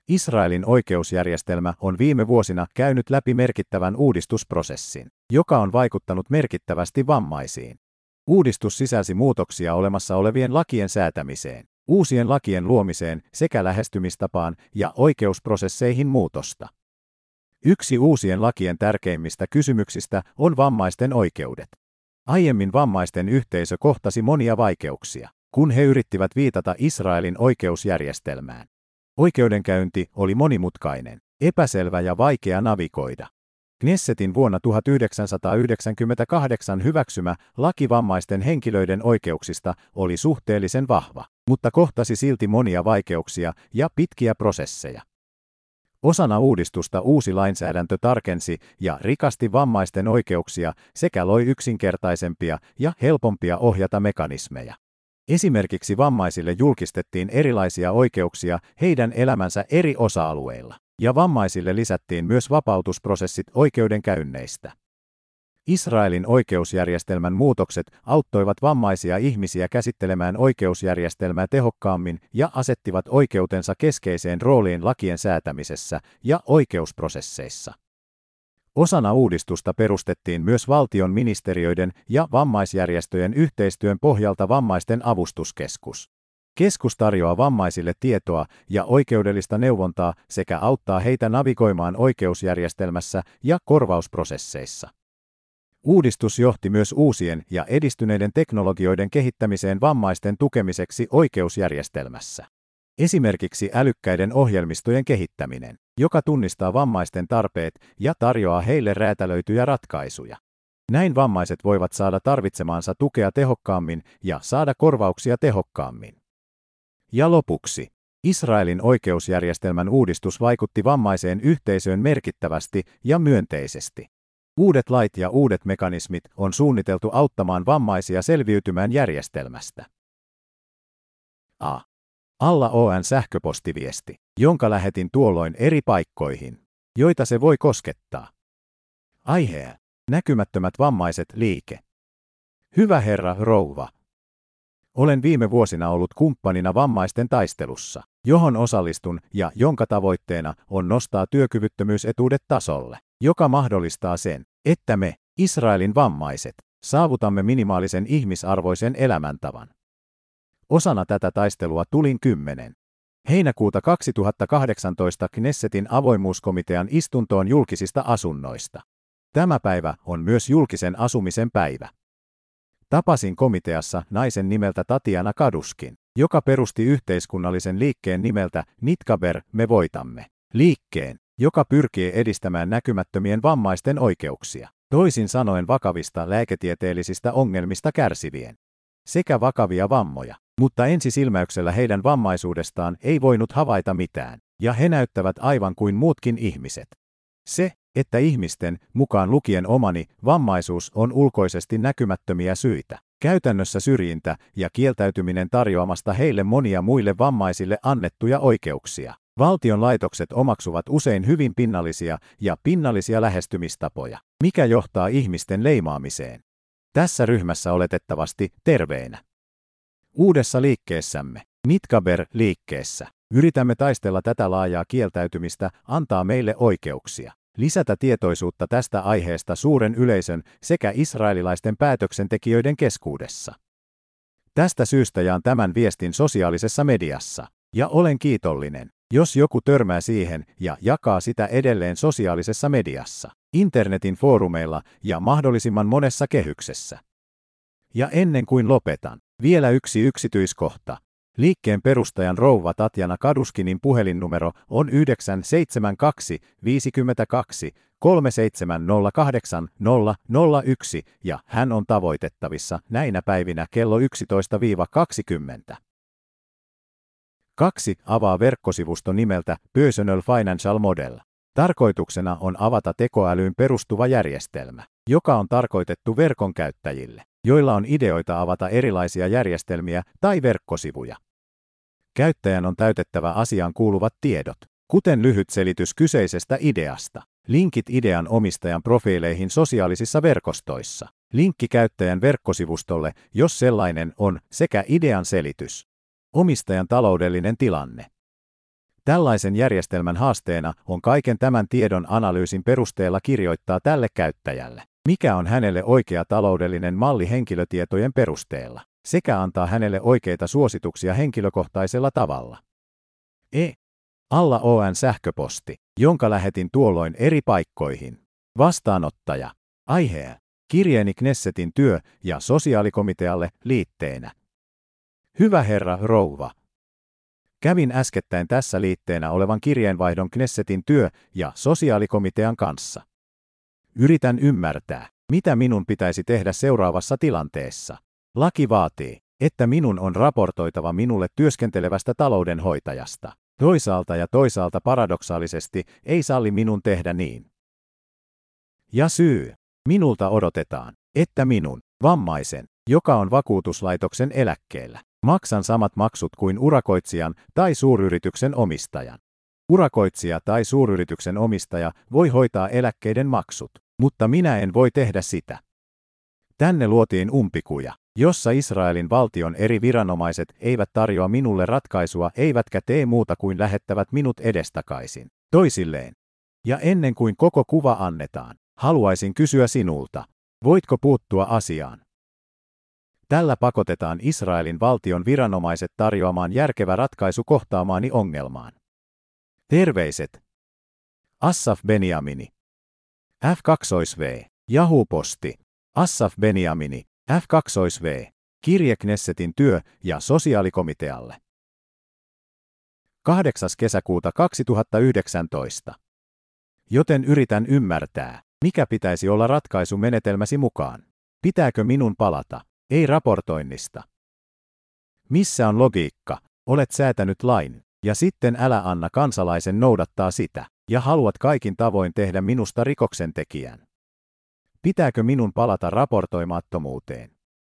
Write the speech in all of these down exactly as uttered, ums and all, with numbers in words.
Israelin oikeusjärjestelmä on viime vuosina käynyt läpi merkittävän uudistusprosessin, joka on vaikuttanut merkittävästi vammaisiin. Uudistus sisälsi muutoksia olemassa olevien lakien säätämiseen, uusien lakien luomiseen sekä lähestymistapaan ja oikeusprosesseihin muutosta. Yksi uusien lakien tärkeimmistä kysymyksistä on vammaisten oikeudet. Aiemmin vammaisten yhteisö kohtasi monia vaikeuksia, kun he yrittivät viitata Israelin oikeusjärjestelmään. Oikeudenkäynti oli monimutkainen, epäselvä ja vaikea navigoida. Knessetin vuonna tuhatyhdeksänsataayhdeksänkymmentäkahdeksan hyväksymä laki vammaisten henkilöiden oikeuksista oli suhteellisen vahva, mutta kohtasi silti monia vaikeuksia ja pitkiä prosesseja. Osana uudistusta uusi lainsäädäntö tarkensi ja rikasti vammaisten oikeuksia sekä loi yksinkertaisempia ja helpompia ohjata mekanismeja. Esimerkiksi vammaisille julkistettiin erilaisia oikeuksia heidän elämänsä eri osa-alueilla, ja vammaisille lisättiin myös vapautusprosessit oikeudenkäynneistä. Israelin oikeusjärjestelmän muutokset auttoivat vammaisia ihmisiä käsittelemään oikeusjärjestelmää tehokkaammin ja asettivat oikeutensa keskeiseen rooliin lakien säätämisessä ja oikeusprosesseissa. Osana uudistusta perustettiin myös valtion ministeriöiden ja vammaisjärjestöjen yhteistyön pohjalta vammaisten avustuskeskus. Keskus tarjoaa vammaisille tietoa ja oikeudellista neuvontaa sekä auttaa heitä navigoimaan oikeusjärjestelmässä ja korvausprosesseissa. Uudistus johti myös uusien ja edistyneiden teknologioiden kehittämiseen vammaisten tukemiseksi oikeusjärjestelmässä. Esimerkiksi älykkäiden ohjelmistojen kehittäminen, joka tunnistaa vammaisten tarpeet ja tarjoaa heille räätälöityjä ratkaisuja. Näin vammaiset voivat saada tarvitsemaansa tukea tehokkaammin ja saada korvauksia tehokkaammin. Ja lopuksi, Israelin oikeusjärjestelmän uudistus vaikutti vammaiseen yhteisöön merkittävästi ja myönteisesti. Uudet lait ja uudet mekanismit on suunniteltu auttamaan vammaisia selviytymään järjestelmästä. A. Alla on sähköpostiviesti, jonka lähetin tuolloin eri paikkoihin, joita se voi koskettaa. Aihe: näkymättömät vammaiset liike. Hyvä herra rouva. Olen viime vuosina ollut kumppanina vammaisten taistelussa, johon osallistun ja jonka tavoitteena on nostaa työkyvyttömyysetuudet tasolle, joka mahdollistaa sen, että me, Israelin vammaiset, saavutamme minimaalisen ihmisarvoisen elämäntavan. Osana tätä taistelua tulin kymmenen heinäkuuta kaksituhattakahdeksantoista Knessetin avoimuuskomitean istuntoon julkisista asunnoista. Tämä päivä on myös julkisen asumisen päivä. Tapasin komiteassa naisen nimeltä Tatiana Kaduskin, joka perusti yhteiskunnallisen liikkeen nimeltä Nitkaber, me voitamme. Liikkeen, joka pyrkii edistämään näkymättömien vammaisten oikeuksia, toisin sanoen vakavista lääketieteellisistä ongelmista kärsivien, sekä vakavia vammoja, mutta ensisilmäyksellä heidän vammaisuudestaan ei voinut havaita mitään, ja he näyttävät aivan kuin muutkin ihmiset. Se, että ihmisten, mukaan lukien omani, vammaisuus on ulkoisesti näkymättömiä syitä, käytännössä syrjintä ja kieltäytyminen tarjoamasta heille monia muille vammaisille annettuja oikeuksia. Valtion laitokset omaksuvat usein hyvin pinnallisia ja pinnallisia lähestymistapoja, mikä johtaa ihmisten leimaamiseen. Tässä ryhmässä oletettavasti terveinä. Uudessa liikkeessämme, Nitkaber-liikkeessä, yritämme taistella tätä laajaa kieltäytymistä, antaa meille oikeuksia, lisätä tietoisuutta tästä aiheesta suuren yleisön sekä israelilaisten päätöksentekijöiden keskuudessa. Tästä syystä jaan tämän viestin sosiaalisessa mediassa, ja olen kiitollinen, jos joku törmää siihen ja jakaa sitä edelleen sosiaalisessa mediassa, internetin foorumeilla ja mahdollisimman monessa kehyksessä. Ja ennen kuin lopetan, vielä yksi yksityiskohta. Liikkeen perustajan rouva Tatjana Kaduskinin puhelinnumero on yhdeksän seitsemän kaksi viisi kaksi kolme seitsemän nolla kahdeksan nolla nolla yksi ja hän on tavoitettavissa näinä päivinä kello yksitoista kaksikymmentä. kaksi. Avaa verkkosivusto nimeltä Personal Financial Model. Tarkoituksena on avata tekoälyyn perustuva järjestelmä, joka on tarkoitettu verkon käyttäjille, joilla on ideoita avata erilaisia järjestelmiä tai verkkosivuja. Käyttäjän on täytettävä asiaan kuuluvat tiedot, kuten lyhyt selitys kyseisestä ideasta, linkit idean omistajan profiileihin sosiaalisissa verkostoissa, linkki käyttäjän verkkosivustolle, jos sellainen on, sekä idean selitys. Omistajan taloudellinen tilanne. Tällaisen järjestelmän haasteena on kaiken tämän tiedon analyysin perusteella kirjoittaa tälle käyttäjälle, mikä on hänelle oikea taloudellinen malli henkilötietojen perusteella, sekä antaa hänelle oikeita suosituksia henkilökohtaisella tavalla. E. Alla on sähköposti, jonka lähetin tuolloin eri paikkoihin. Vastaanottaja. Aihe. Kirjeeni Knessetin työ- ja sosiaalikomitealle liitteenä. Hyvä herra rouva. Kävin äskettäin tässä liitteenä olevan kirjeenvaihdon Knessetin työ- ja sosiaalikomitean kanssa. Yritän ymmärtää, mitä minun pitäisi tehdä seuraavassa tilanteessa. Laki vaatii, että minun on raportoitava minulle työskentelevästä taloudenhoitajasta. Toisaalta ja toisaalta paradoksaalisesti ei salli minun tehdä niin. Ja syy. Minulta odotetaan, että minun, vammaisen, joka on vakuutuslaitoksen eläkkeellä, maksan samat maksut kuin urakoitsijan tai suuryrityksen omistajan. Urakoitsija tai suuryrityksen omistaja voi hoitaa eläkkeiden maksut, mutta minä en voi tehdä sitä. Tänne luotiin umpikuja, jossa Israelin valtion eri viranomaiset eivät tarjoa minulle ratkaisua eivätkä tee muuta kuin lähettävät minut edestakaisin, toisilleen. Ja ennen kuin koko kuva annetaan, haluaisin kysyä sinulta, voitko puuttua asiaan? Tällä pakotetaan Israelin valtion viranomaiset tarjoamaan järkevä ratkaisu kohtaamaani ongelmaan. Terveiset. Assaf Benjamini. F kaksi V. Yahoo-posti. Assaf Benjamini. F kaksi V. Kirje Knessetin työ- ja sosiaalikomitealle. kahdeksas kesäkuuta kaksituhattayhdeksäntoista. Joten yritän ymmärtää, mikä pitäisi olla ratkaisu menetelmäsi mukaan. Pitääkö minun palata? Ei raportoinnista. Missä on logiikka? Olet säätänyt lain, ja sitten älä anna kansalaisen noudattaa sitä, ja haluat kaikin tavoin tehdä minusta rikoksentekijän. Pitääkö minun palata raportoimattomuuteen?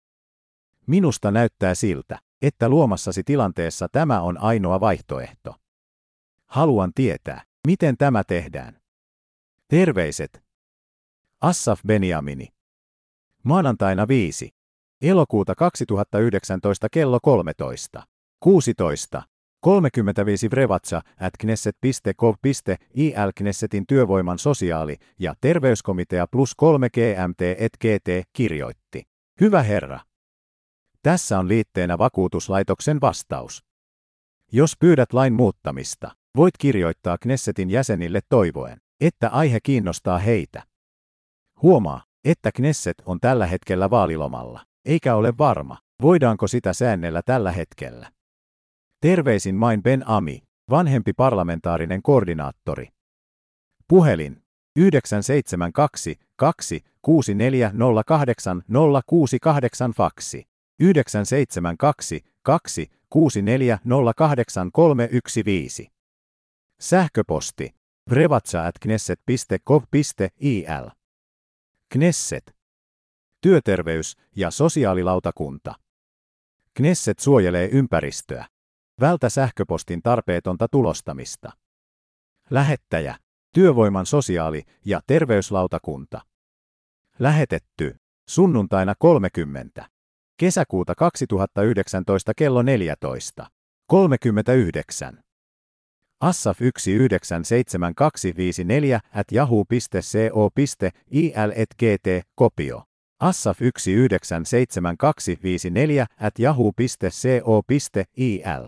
Minusta näyttää siltä, että luomassasi tilanteessa tämä on ainoa vaihtoehto. Haluan tietää, miten tämä tehdään. Terveiset. Assaf Benjamini. Maanantaina viides elokuuta kaksituhattayhdeksäntoista kello kolmetoista. kuusitoista. kolmekymmentäviisi vrevatsa at knesset piste gov piste il Knessetin työvoiman sosiaali- ja terveyskomitea plus kolme gmt et gt kirjoitti. Hyvä herra. Tässä on liitteenä vakuutuslaitoksen vastaus. Jos pyydät lain muuttamista, voit kirjoittaa Knessetin jäsenille toivoen, että aihe kiinnostaa heitä. Huomaa, että Knesset on tällä hetkellä vaalilomalla, eikä ole varma, voidaanko sitä säännellä tällä hetkellä. Terveisin Main Ben Ami, vanhempi parlamentaarinen koordinaattori. Puhelin yhdeksän seitsemän kaksi kaksi kuusi neljä nolla kahdeksan nolla kuusi kahdeksan faksi yhdeksän seitsemän kaksi kaksi kuusi neljä nolla kahdeksan kolme yksi viisi. Sähköposti vrevatsa at knesset piste gov piste il. Knesset. Työterveys- ja sosiaalilautakunta. Knesset suojelee ympäristöä. Vältä sähköpostin tarpeetonta tulostamista. Lähettäjä. Työvoiman sosiaali- ja terveyslautakunta. Lähetetty. Sunnuntaina kolmekymmentä kesäkuuta kaksituhattayhdeksäntoista kello neljätoista kolmekymmentäyhdeksän. Assaf yksi yhdeksän seitsemän kaksi viisi neljä at yahoo piste co piste il et gt kopio. Assaf yksi yhdeksän seitsemän kaksi viisi neljä at yahoo piste co piste il.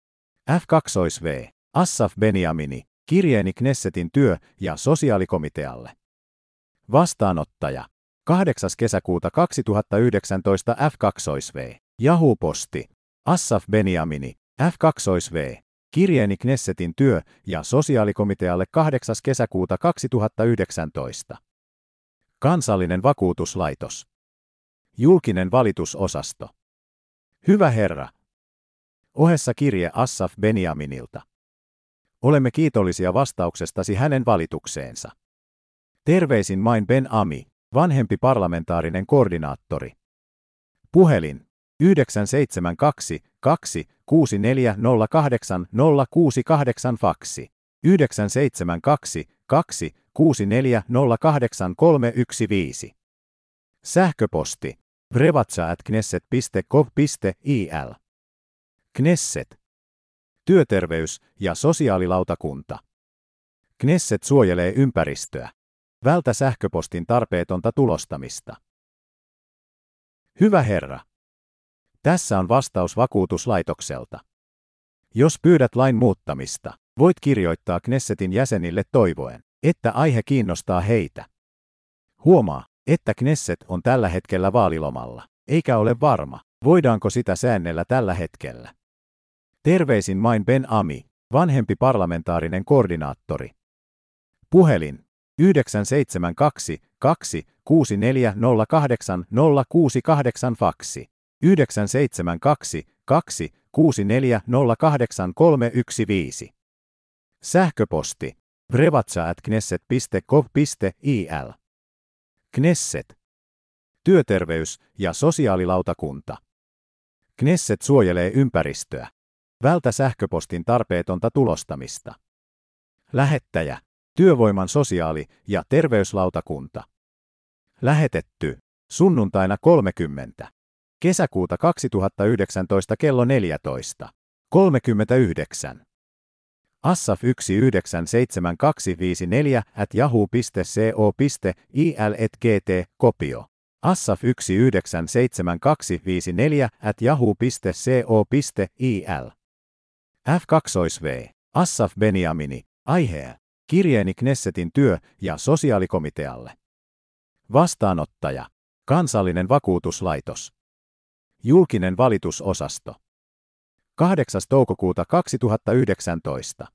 F kaksi V. Assaf Benjamini. Kirjeeni Knessetin työ- ja sosiaalikomitealle. Vastaanottaja. kahdeksas kesäkuuta kaksituhattayhdeksäntoista F kaksi V. Yahoo-posti. Assaf Benjamini. F kaksi V. Kirjeeni Knessetin työ- ja sosiaalikomitealle kahdeksas kesäkuuta kaksituhattayhdeksäntoista. Kansallinen vakuutuslaitos. Julkinen valitusosasto. Hyvä herra. Ohessa kirje Assaf Benjaminilta. Olemme kiitollisia vastauksestasi hänen valitukseensa. Terveisin Main Ben Ami, vanhempi parlamentaarinen koordinaattori. Puhelin yhdeksän seitsemän kaksi kaksi kuusi neljä nolla kahdeksan nolla kuusi kahdeksan faksi yhdeksän seitsemän kaksi kaksi kuusi neljä nolla kahdeksan kolme yksi viisi. Sähköposti vrevatsa at knesset piste gov piste il. Knesset. Työterveys- ja sosiaalilautakunta. Knesset suojelee ympäristöä. Vältä sähköpostin tarpeetonta tulostamista. Hyvä herra. Tässä on vastaus vakuutuslaitokselta. Jos pyydät lain muuttamista, voit kirjoittaa Knessetin jäsenille toivoen, että aihe kiinnostaa heitä. Huomaa, että Knesset on tällä hetkellä vaalilomalla, eikä ole varma, voidaanko sitä säännellä tällä hetkellä. Terveisin Main Ben Ami, vanhempi parlamentaarinen koordinaattori. Puhelin yhdeksän seitsemän kaksi kaksi kuusi neljä nolla kahdeksan nolla kuusi kahdeksan faksi yhdeksän seitsemän kaksi kaksi kuusi neljä nolla kahdeksan kolme yksi viisi. Sähköposti brevatsa at knesset piste gov piste il. Knesset. Työterveys- ja sosiaalilautakunta. Knesset suojelee ympäristöä. Vältä sähköpostin tarpeetonta tulostamista. Lähettäjä. Työvoiman sosiaali- ja terveyslautakunta. Lähetetty. Sunnuntaina kolmekymmentä. Kesäkuuta kaksituhattayhdeksäntoista kello neljätoista kolmekymmentäyhdeksän. Assaf yksi yhdeksän seitsemän kaksi viisi neljä at yahoo piste co piste il et gt kopio. Assaf yksi yhdeksän seitsemän kaksi viisi neljä at yahoo piste co piste il. F kaksi V. Assaf Beniamini. Aihe. Kirjeeni Knessetin työ- ja sosiaalikomitealle. Vastaanottaja. Kansallinen vakuutuslaitos. Julkinen valitusosasto. kahdeksas toukokuuta kaksituhattayhdeksäntoista.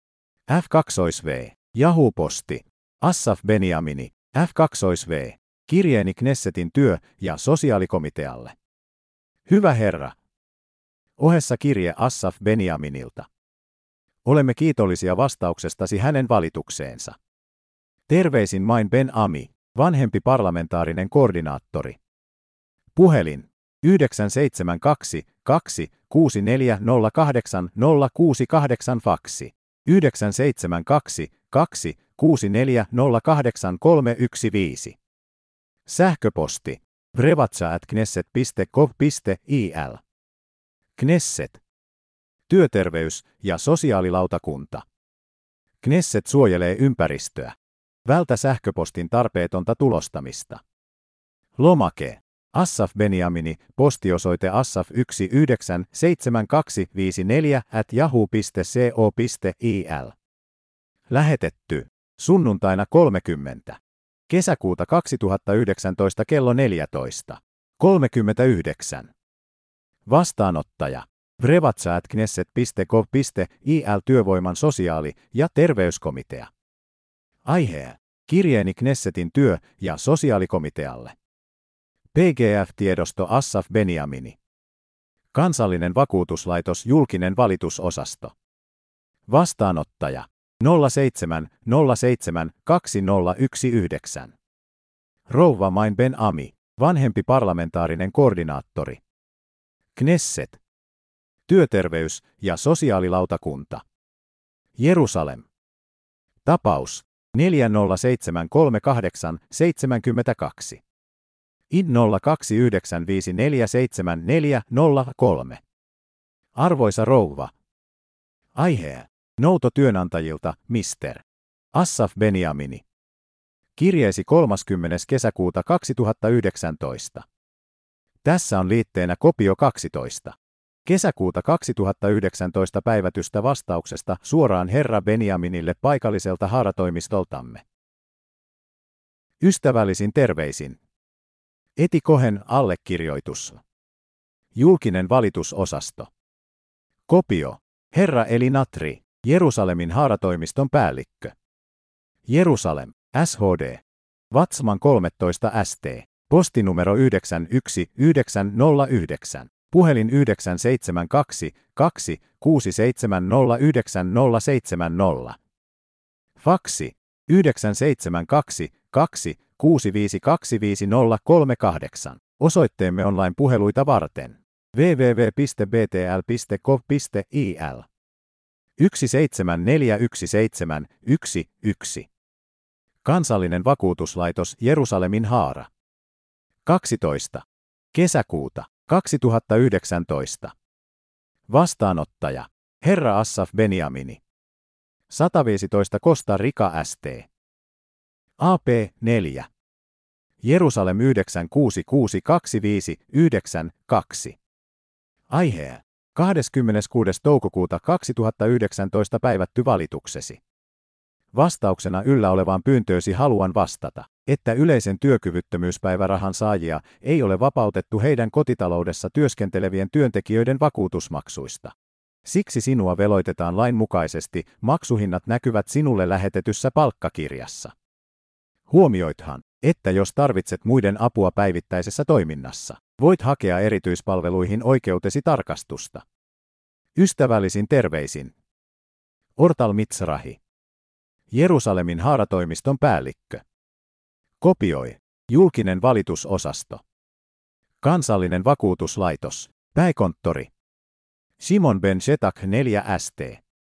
F kaksi V. Yahoo-posti. Assaf Beniamini. F kaksi V. Kirjeeni Knessetin työ- ja sosiaalikomitealle. Hyvä herra. Ohessa kirje Assaf Beniaminilta. Olemme kiitollisia vastauksestasi hänen valitukseensa. Terveisin Main Ben Ami, vanhempi parlamentaarinen koordinaattori. Puhelin yhdeksän seitsemän kaksi kaksi kuusi neljä nolla kahdeksan nolla kuusi kahdeksan faksi yhdeksän seitsemän kaksi kaksi kuusi neljä nolla kahdeksan kolme yksi viisi. Sähköposti brevatsa at knesset piste gov piste il. Knesset. Työterveys- ja sosiaalilautakunta. Knesset suojelee ympäristöä. Vältä sähköpostin tarpeetonta tulostamista. Lomake. Assaf Beniamini, postiosoite assaf yksi yhdeksän seitsemän kaksi viisi neljä at yahoo piste co piste il. Lähetetty. Sunnuntaina kolmekymmentä. Kesäkuuta kaksituhattayhdeksäntoista kello neljätoista kolmekymmentäyhdeksän. Vastaanottaja. brevatsa at knesset piste gov piste il. Työvoiman sosiaali- ja terveyskomitea. Aihe. Kirjeeni Knessetin työ- ja sosiaalikomitealle. P G F-tiedosto Assaf Beniamini. Kansallinen vakuutuslaitos julkinen valitusosasto. Vastaanottaja. nolla seitsemän nolla seitsemän kaksi nolla yksi yhdeksän. Rouva Main Ben Ami, vanhempi parlamentaarinen koordinaattori. Knesset. Työterveys- ja sosiaalilautakunta. Jerusalem. Tapaus neljä nolla seitsemän kolme kahdeksan seitsemän kaksi. I N nolla kaksi yhdeksän viisi neljä seitsemän neljä nolla kolme. Arvoisa rouva. Aihe. Nouto työnantajilta, mister Assaf Beniamini. Kirjeesi kolmaskymmenes kesäkuuta kaksituhattayhdeksäntoista. Tässä on liitteenä kopio kaksitoista. Kesäkuuta kaksituhattayhdeksäntoista päivätystä vastauksesta suoraan herra Beniaminille paikalliselta haaratoimistoltamme. Ystävällisin terveisin. Eti Cohen allekirjoitus. Julkinen valitusosasto. Kopio. Herra Eli Natri, Jerusalemin haaratoimiston päällikkö. Jerusalem, S H D. Vatsman kolmetoista S T. Postinumero yhdeksän yksi yhdeksän nolla yhdeksän. Puhelin yhdeksän seitsemän kaksi kaksi kuusi seitsemän nolla yhdeksän nolla seitsemän nolla. Faksi yhdeksän seitsemän kaksi kaksi kuusi viisi kaksi viisi nolla kolme kahdeksan. Osoitteemme online-puheluita varten. double-u double-u double-u piste b t l piste gov piste il. yksi seitsemän neljä yksi seitsemän yksi yksi. Kansallinen vakuutuslaitos Jerusalemin haara. kaksitoista. Kesäkuuta kaksituhattayhdeksäntoista. Vastaanottaja. Herra Assaf Beniamini. sata viisitoista Costa Rica S T. A P neljä. Jerusalem yhdeksän kuusi kuusi kaksi viisi yhdeksän kaksi. Aihe. kahdeskymmeneskuudes toukokuuta kaksituhattayhdeksäntoista päivätty valituksesi. Vastauksena yllä olevaan pyyntöösi haluan vastata, että yleisen työkyvyttömyyspäivärahan saajia ei ole vapautettu heidän kotitaloudessa työskentelevien työntekijöiden vakuutusmaksuista. Siksi sinua veloitetaan lain mukaisesti, maksuhinnat näkyvät sinulle lähetetyssä palkkakirjassa. Huomioithan, että jos tarvitset muiden apua päivittäisessä toiminnassa, voit hakea erityispalveluihin oikeutesi tarkastusta. Ystävällisin terveisin. Ortal Mitsrahi. Jerusalemin haaratoimiston päällikkö. Kopioi. Julkinen valitusosasto. Kansallinen vakuutuslaitos. Pääkonttori. Simon Ben Shetak neljä S T.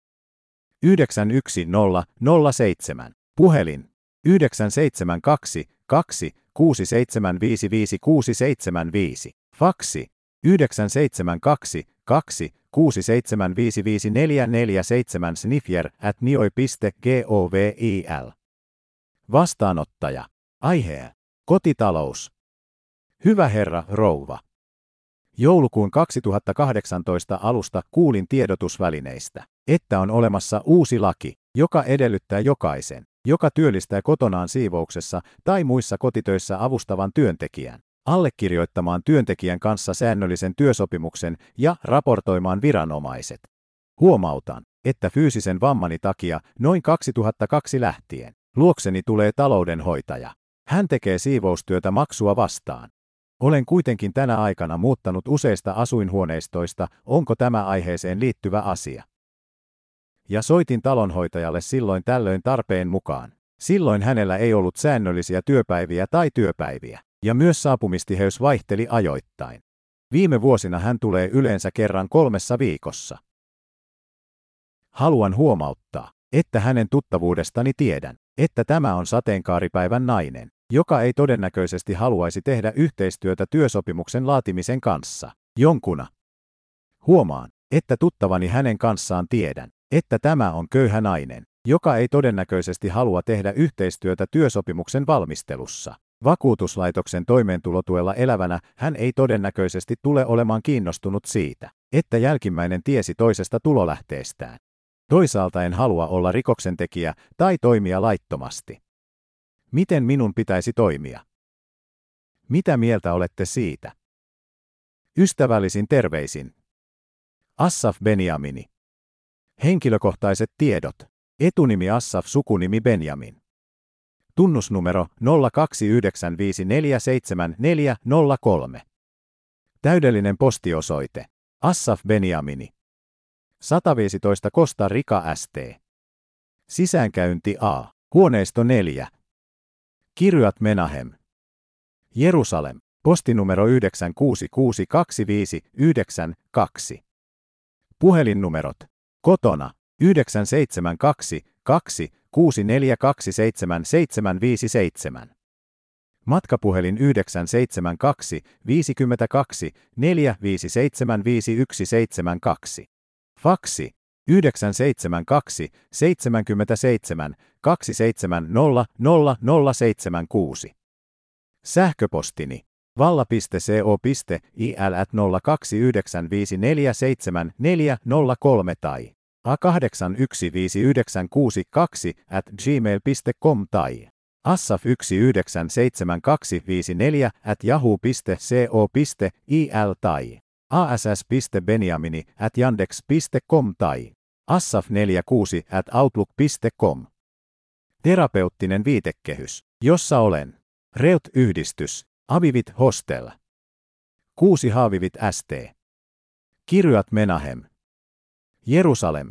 yhdeksän yksi nolla nolla seitsemän. Puhelin. yhdeksän seitsemän kaksi kaksi kuusi seitsemän viisi viisi kuusi seitsemän viisi. Faksi. yhdeksän seitsemän kaksi kaksi kuusi seitsemän viisi viisi neljä neljä seitsemän sniffer at nioi piste govil. Vastaanottaja. Aihe. Kotitalous. Hyvä herra, rouva. Joulukuun kaksituhattakahdeksantoista alusta kuulin tiedotusvälineistä, että on olemassa uusi laki, joka edellyttää jokaisen, joka työllistää kotonaan siivouksessa tai muissa kotitöissä avustavan työntekijän, allekirjoittamaan työntekijän kanssa säännöllisen työsopimuksen ja raportoimaan viranomaiset. Huomautan, että fyysisen vammani takia noin kaksituhattakaksi lähtien luokseni tulee taloudenhoitaja. Hän tekee siivoustyötä maksua vastaan. Olen kuitenkin tänä aikana muuttanut useista asuinhuoneistoista, onko tämä aiheeseen liittyvä asia. Ja soitin talonhoitajalle silloin tällöin tarpeen mukaan. Silloin hänellä ei ollut säännöllisiä työpäiviä tai työpäiviä, ja myös saapumistiheys vaihteli ajoittain. Viime vuosina hän tulee yleensä kerran kolmessa viikossa. Haluan huomauttaa, että hänen tuttavuudestani tiedän, että tämä on sateenkaaripäivän nainen, joka ei todennäköisesti haluaisi tehdä yhteistyötä työsopimuksen laatimisen kanssa, jonkuna. Huomaan, että tuttavani hänen kanssaan tiedän, että tämä on köyhä nainen, joka ei todennäköisesti halua tehdä yhteistyötä työsopimuksen valmistelussa. Vakuutuslaitoksen toimeentulotuella elävänä hän ei todennäköisesti tule olemaan kiinnostunut siitä, että jälkimmäinen tiesi toisesta tulolähteestään. Toisaalta en halua olla rikoksentekijä tai toimia laittomasti. Miten minun pitäisi toimia? Mitä mieltä olette siitä? Ystävällisin terveisin. Assaf Beniamini. Henkilökohtaiset tiedot. Etunimi Assaf, sukunimi Benjamin. Tunnusnumero nolla kaksi yhdeksän viisi neljä seitsemän neljä nolla kolme. Täydellinen postiosoite. Assaf Beniamini. sata viisitoista Costa Rica S T. Sisäänkäynti A. Huoneisto neljä. Kiryat Menahem. Jerusalem. Postinumero yhdeksän kuusi kuusi kaksi viisi yhdeksän kaksi. Puhelinnumerot. Kotona yhdeksän seitsemän kaksi kaksi kuusi neljä kaksi seitsemän seitsemän viisi seitsemän. Matkapuhelin yhdeksän seitsemän kaksi viisi kaksi neljä viisi seitsemän viisi yksi seitsemän kaksi. Faksi yhdeksän seitsemän kaksi seitsemän seitsemän kaksi seitsemän nolla nolla nolla seitsemän kuusi. Sähköpostini valla piste co piste il at nolla kaksi yhdeksän viisi neljä seitsemän neljä nolla kolme tai a kahdeksan yksi viisi yhdeksän kuusi kaksi at gmail piste com tai assaf yksi yhdeksän seitsemän kaksi viisi neljä at yahoo piste co piste il tai ass piste beniamini at yandex piste com tai assaf neljäkymmentäkuusi at outlook piste com. Terapeuttinen viitekehys, jossa olen. Reut-yhdistys, Avivit Hostel. Kuusi Haavivit S T. Kiryat Menahem. Jerusalem.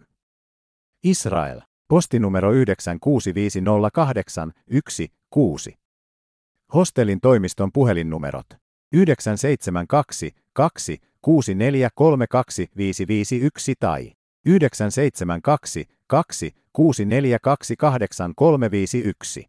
Israel. Postinumero yhdeksän kuusi viisi nolla kahdeksan yksi kuusi. Hostelin toimiston puhelinnumerot. yhdeksän seitsemän kaksi kaksi kuusi neljä kolme kaksi viisi viisi yksi tai yhdeksän seitsemän kaksi kaksi kuusi neljä kaksi kahdeksan kolme viisi yksi.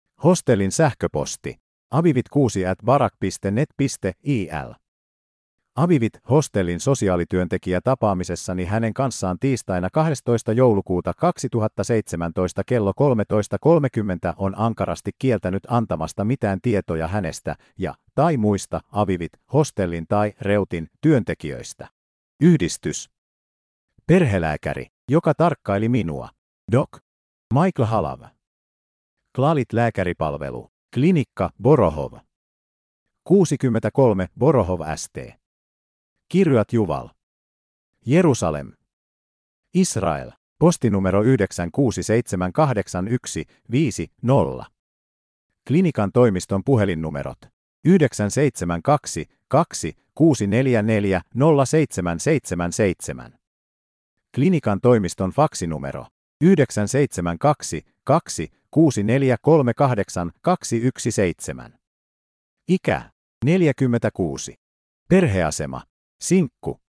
Hostelin sähköposti avivit kuusi at barak piste net piste il. Avivit Hostellin sosiaalityöntekijä tapaamisessani hänen kanssaan tiistaina kahdestoista joulukuuta kaksituhattaseitsemäntoista kello kolmetoista kolmekymmentä on ankarasti kieltänyt antamasta mitään tietoja hänestä ja tai muista Avivit Hostellin tai Reutin työntekijöistä. Yhdistys. Perhelääkäri, joka tarkkaili minua. Doc. Michael Halav. Klalit lääkäripalvelu. Klinikka Borohov. kuusikymmentäkolme Borohov S T. Kiryat Juval. Jerusalem. Israel. Postinumero yhdeksän kuusi seitsemän kahdeksan yksi viisi nolla. Klinikan toimiston puhelinnumerot yhdeksän seitsemän kaksi kaksi kuusi neljä neljä nolla seitsemän seitsemän seitsemän. Klinikan toimiston faksinumero yhdeksän seitsemän kaksi kaksi kuusi neljä kolme kahdeksan kaksi yksi seitsemän. Ikä neljäkymmentäkuusi. Perheasema sinkku.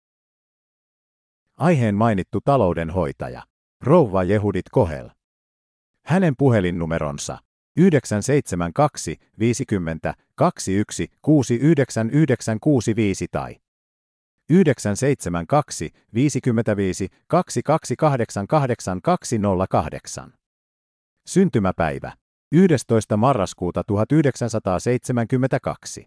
Aiheen mainittu taloudenhoitaja rouva Jehudit Kohel. Hänen puhelinnumeronsa yhdeksän seitsemän kaksi viisikymmentä kaksikymmentäyksi kuusi yhdeksän yhdeksän kuusi viisi tai yhdeksän seitsemän kaksi viisikymmentäviisi kaksi kaksi kahdeksan kahdeksan kaksi nolla kahdeksan. Syntymäpäivä yhdestoista marraskuuta tuhatyhdeksänsataaseitsemänkymmentäkaksi.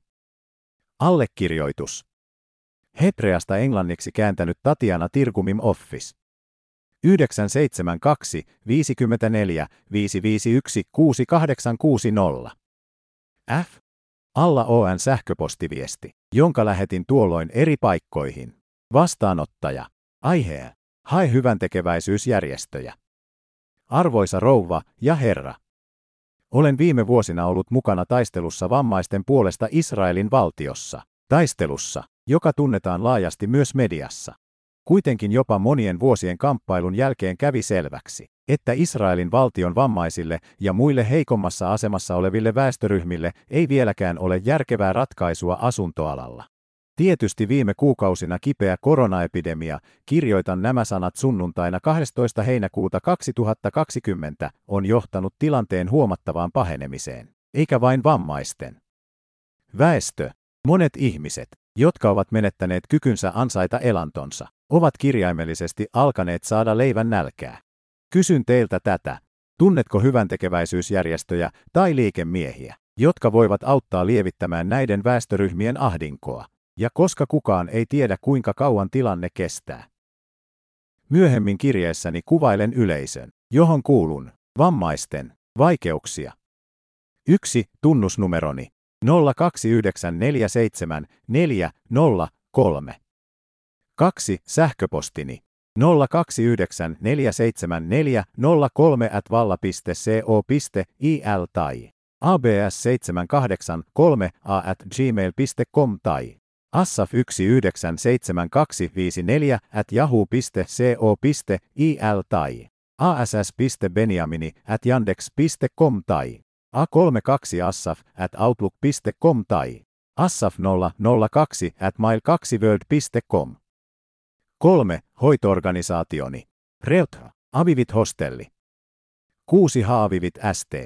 Allekirjoitus. Hebreasta englanniksi kääntänyt Tatiana Tirgumim Office. yhdeksän seitsemän kaksi viisikymmentäneljä viisi viisi yksi kuusi kahdeksan kuusi nolla. F. Alla O N sähköpostiviesti, jonka lähetin tuolloin eri paikkoihin. Vastaanottaja. Aihe. Hae hyväntekeväisyysjärjestöjä. Arvoisa rouva ja herra. Olen viime vuosina ollut mukana taistelussa vammaisten puolesta Israelin valtiossa. Taistelussa, joka tunnetaan laajasti myös mediassa. Kuitenkin jopa monien vuosien kamppailun jälkeen kävi selväksi, että Israelin valtion vammaisille ja muille heikommassa asemassa oleville väestöryhmille ei vieläkään ole järkevää ratkaisua asuntoalalla. Tietysti viime kuukausina kipeä koronaepidemia, kirjoitan nämä sanat sunnuntaina kahdestoista heinäkuuta kaksituhattakaksikymmentä, on johtanut tilanteen huomattavaan pahenemiseen, eikä vain vammaisten. Väestö, monet ihmiset, jotka ovat menettäneet kykynsä ansaita elantonsa, ovat kirjaimellisesti alkaneet saada leivän nälkää. Kysyn teiltä tätä. Tunnetko hyväntekeväisyysjärjestöjä tai liikemiehiä, jotka voivat auttaa lievittämään näiden väestöryhmien ahdinkoa? Ja koska kukaan ei tiedä kuinka kauan tilanne kestää. Myöhemmin kirjeessäni kuvailen yleisön, johon kuulun, vammaisten, vaikeuksia. yksi. Tunnusnumeroni nolla kaksi yhdeksän neljä seitsemän neljä nolla kolme. kaksi. Sähköpostini nolla kaksi yhdeksän neljä seitsemän neljä nolla kolme at valla piste co piste il tai a b s seitsemän kahdeksan kolme a at gmail piste com tai assaf yksi yhdeksän seitsemän kaksi viisi neljä at yahoo piste co piste il tai ass piste benjamini at yandex piste com tai a kolmekymmentäkaksi assaf at outlook piste com tai assaf nolla nolla kaksi at mail kaksi world piste com. kolme. Hoitoorganisaationi. Reut. Avivit Hostelli. kuusi. Haavivit S T.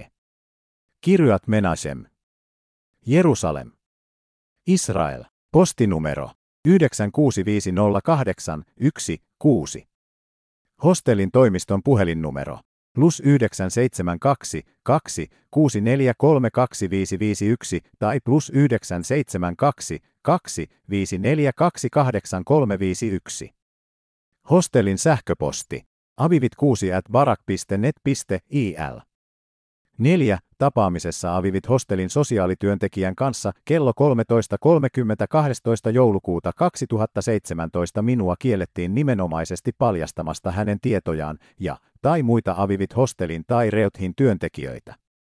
Kiryat Menashem. Jerusalem. Israel. Postinumero yhdeksän kuusi viisi nolla kahdeksan yksi kuusi. Hostellin toimiston puhelinnumero plus yhdeksän seitsemän kaksi kaksi kuusi neljä kolme kaksi viisi viisi yksi tai plus yhdeksän seitsemän kaksi kaksi viisi neljä kaksi kahdeksan kolme viisi yksi. Hostellin sähköposti avivit kuusi at barak piste net piste il. neljä. Tapaamisessa Avivit Hostellin sosiaalityöntekijän kanssa kello kolmetoista kolmekymmentä kahdestoista joulukuuta kaksituhattaseitsemäntoista minua kiellettiin nimenomaisesti paljastamasta hänen tietojaan ja tai muita Avivit Hostellin tai Reuthin työntekijöitä.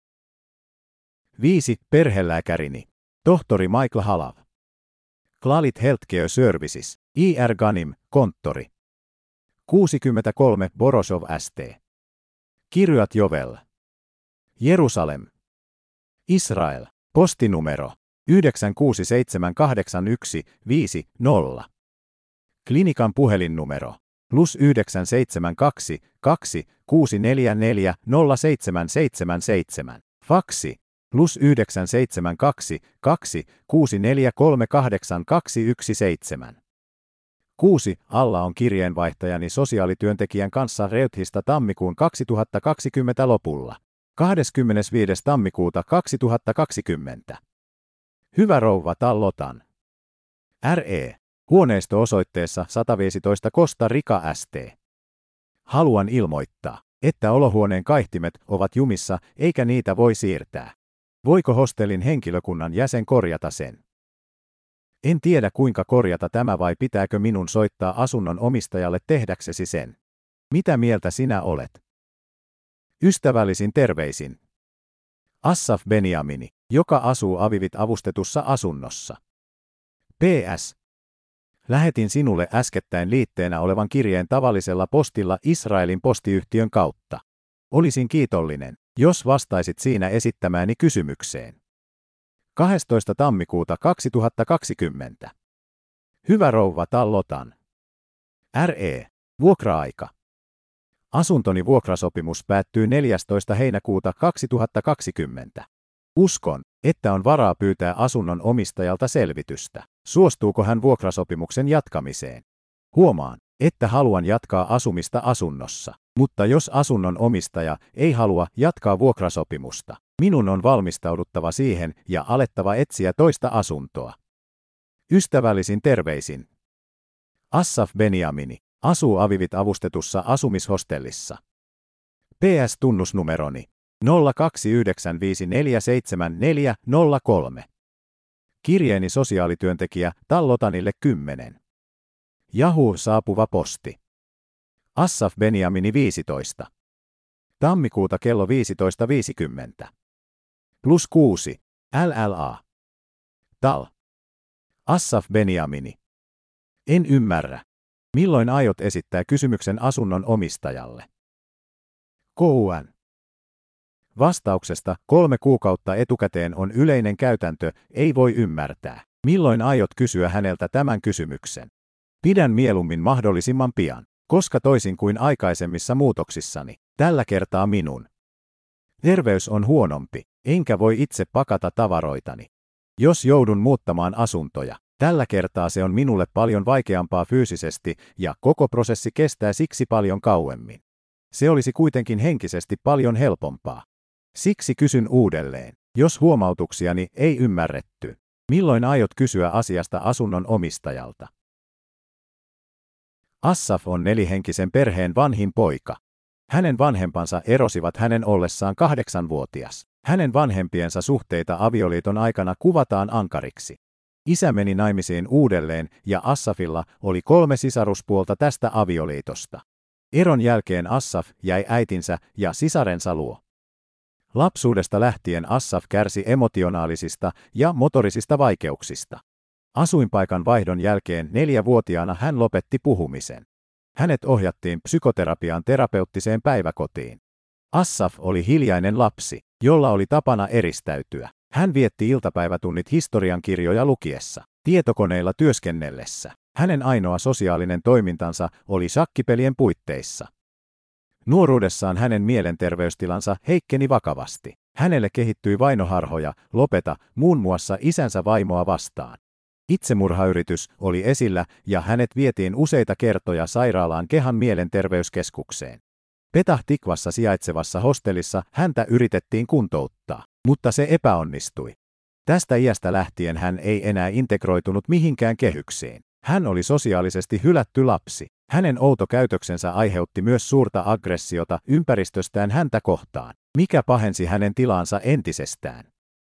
viisi. Perhelääkärini. Tohtori Michael Halav. Klalit Healthcare Services, I R Ganim, konttori. kuusikymmentäkolme Boroshov S T. Kiryat Jovel. Jerusalem. Israel. Postinumero yhdeksän kuusi seitsemän kahdeksan yksi viisi nolla. Klinikan puhelinnumero plus yhdeksän seitsemän kaksi kaksi kuusi neljä neljä nolla seitsemän seitsemän seitsemän. Faksi plus yhdeksän seitsemän kaksi kaksi kuusi neljä kolme kahdeksan kaksi yksi seitsemän. kuusi. Alla on kirjeenvaihtajani sosiaalityöntekijän kanssa Reuthista tammikuun kaksituhattakaksikymmentä lopulla. kahdeskymmenesviides tammikuuta kaksituhattakaksikymmentä. Hyvä rouva tallotan. R E. Huoneisto osoitteessa sata viisitoista Costa Rica S T. Haluan ilmoittaa, että olohuoneen kaihtimet ovat jumissa eikä niitä voi siirtää. Voiko hostelin henkilökunnan jäsen korjata sen? En tiedä kuinka korjata tämä vai pitääkö minun soittaa asunnon omistajalle tehdäksesi sen. Mitä mieltä sinä olet? Ystävällisin terveisin. Assaf Benjamini, joka asuu Avivit avustetussa asunnossa. P S. Lähetin sinulle äskettäin liitteenä olevan kirjeen tavallisella postilla Israelin postiyhtiön kautta. Olisin kiitollinen, jos vastaisit siinä esittämääni kysymykseen. kahdestoista tammikuuta kaksituhattakaksikymmentä. Hyvä rouva tallotan. R E. Vuokra-aika. Asuntoni vuokrasopimus päättyy neljästoista heinäkuuta kaksituhattakaksikymmentä. Uskon, että on varaa pyytää asunnon omistajalta selvitystä. Suostuuko hän vuokrasopimuksen jatkamiseen? Huomaan, että haluan jatkaa asumista asunnossa, mutta jos asunnon omistaja ei halua jatkaa vuokrasopimusta, minun on valmistauduttava siihen ja alettava etsiä toista asuntoa. Ystävällisin terveisin. Assaf Benjamini, asuu Avivit avustetussa asumishostellissa. P S-tunnusnumeroni nolla kaksi yhdeksän viisi neljä seitsemän neljä nolla kolme. Kirjeeni sosiaalityöntekijä Tallotanille kymmenen. Yahoo saapuva posti. Assaf Benjamini viisitoista. Tammikuuta kello viisitoista viisikymmentä. Plus kuusi. L L A. Tal. Assaf Benjamini. En ymmärrä. Milloin aiot esittää kysymyksen asunnon omistajalle? K U N. Vastauksesta kolme kuukautta etukäteen on yleinen käytäntö, ei voi ymmärtää. Milloin aiot kysyä häneltä tämän kysymyksen? Pidän mieluummin mahdollisimman pian, koska toisin kuin aikaisemmissa muutoksissani, tällä kertaa minun terveys on huonompi, enkä voi itse pakata tavaroitani. Jos joudun muuttamaan asuntoja, tällä kertaa se on minulle paljon vaikeampaa fyysisesti ja koko prosessi kestää siksi paljon kauemmin. Se olisi kuitenkin henkisesti paljon helpompaa. Siksi kysyn uudelleen, jos huomautuksiani ei ymmärretty. Milloin aiot kysyä asiasta asunnon omistajalta? Assaf on nelihenkisen perheen vanhin poika. Hänen vanhempansa erosivat hänen ollessaan kahdeksanvuotias. Hänen vanhempiensa suhteita avioliiton aikana kuvataan ankariksi. Isä meni naimisiin uudelleen ja Assafilla oli kolme sisaruspuolta tästä avioliitosta. Eron jälkeen Assaf jäi äitinsä ja sisarensa luo. Lapsuudesta lähtien Assaf kärsi emotionaalisista ja motorisista vaikeuksista. Asuinpaikan vaihdon jälkeen neljävuotiaana hän lopetti puhumisen. Hänet ohjattiin psykoterapian terapeuttiseen päiväkotiin. Assaf oli hiljainen lapsi, jolla oli tapana eristäytyä. Hän vietti iltapäivätunnit historiankirjoja lukiessa, tietokoneilla työskennellessä. Hänen ainoa sosiaalinen toimintansa oli shakkipelien puitteissa. Nuoruudessaan hänen mielenterveystilansa heikkeni vakavasti. Hänelle kehittyi vainoharhoja, lopeta, muun muassa isänsä vaimoa vastaan. Itsemurhayritys oli esillä ja hänet vietiin useita kertoja sairaalaan Kehan mielenterveyskeskukseen. Petah Tikvassa sijaitsevassa hostellissa häntä yritettiin kuntouttaa, mutta se epäonnistui. Tästä iästä lähtien hän ei enää integroitunut mihinkään kehyksiin. Hän oli sosiaalisesti hylätty lapsi. Hänen outo käytöksensä aiheutti myös suurta aggressiota ympäristöstään häntä kohtaan, mikä pahensi hänen tilaansa entisestään.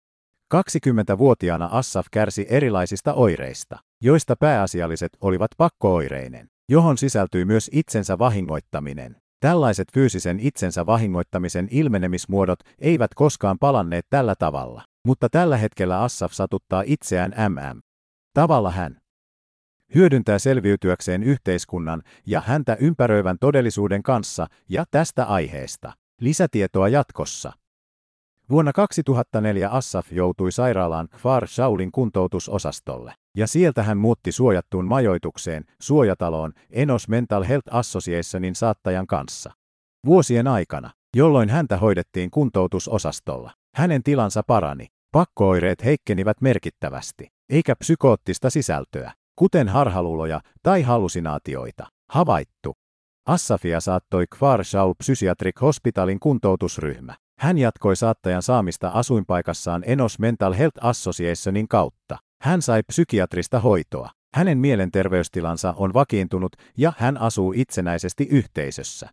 kaksikymmentävuotiaana Assaf kärsi erilaisista oireista, joista pääasialliset olivat pakkooireinen, johon sisältyi myös itsensä vahingoittaminen. Tällaiset fyysisen itsensä vahingoittamisen ilmenemismuodot eivät koskaan palanneet tällä tavalla, mutta tällä hetkellä Assaf satuttaa itseään mm. Tavalla hän hyödyntää selviytyäkseen yhteiskunnan ja häntä ympäröivän todellisuuden kanssa ja tästä aiheesta. Lisätietoa jatkossa. Vuonna kaksituhattaneljä Assaf joutui sairaalaan Kfar Shaulin kuntoutusosastolle, ja sieltä hän muutti suojattuun majoitukseen, suojataloon, Enos Mental Health Associationin saattajan kanssa. Vuosien aikana, jolloin häntä hoidettiin kuntoutusosastolla, Hänen tilansa parani. Pakko-oireet heikkenivät merkittävästi, eikä psykoottista sisältöä, kuten harhaluuloja tai hallusinaatioita, havaittu. Assafia saattoi Kfar Shaul Psychiatric Hospitalin kuntoutusryhmä. Hän jatkoi saattajan saamista asuinpaikassaan Enos Mental Health Associationin kautta. Hän sai psykiatrista hoitoa. Hänen mielenterveystilansa on vakiintunut ja hän asuu itsenäisesti yhteisössä.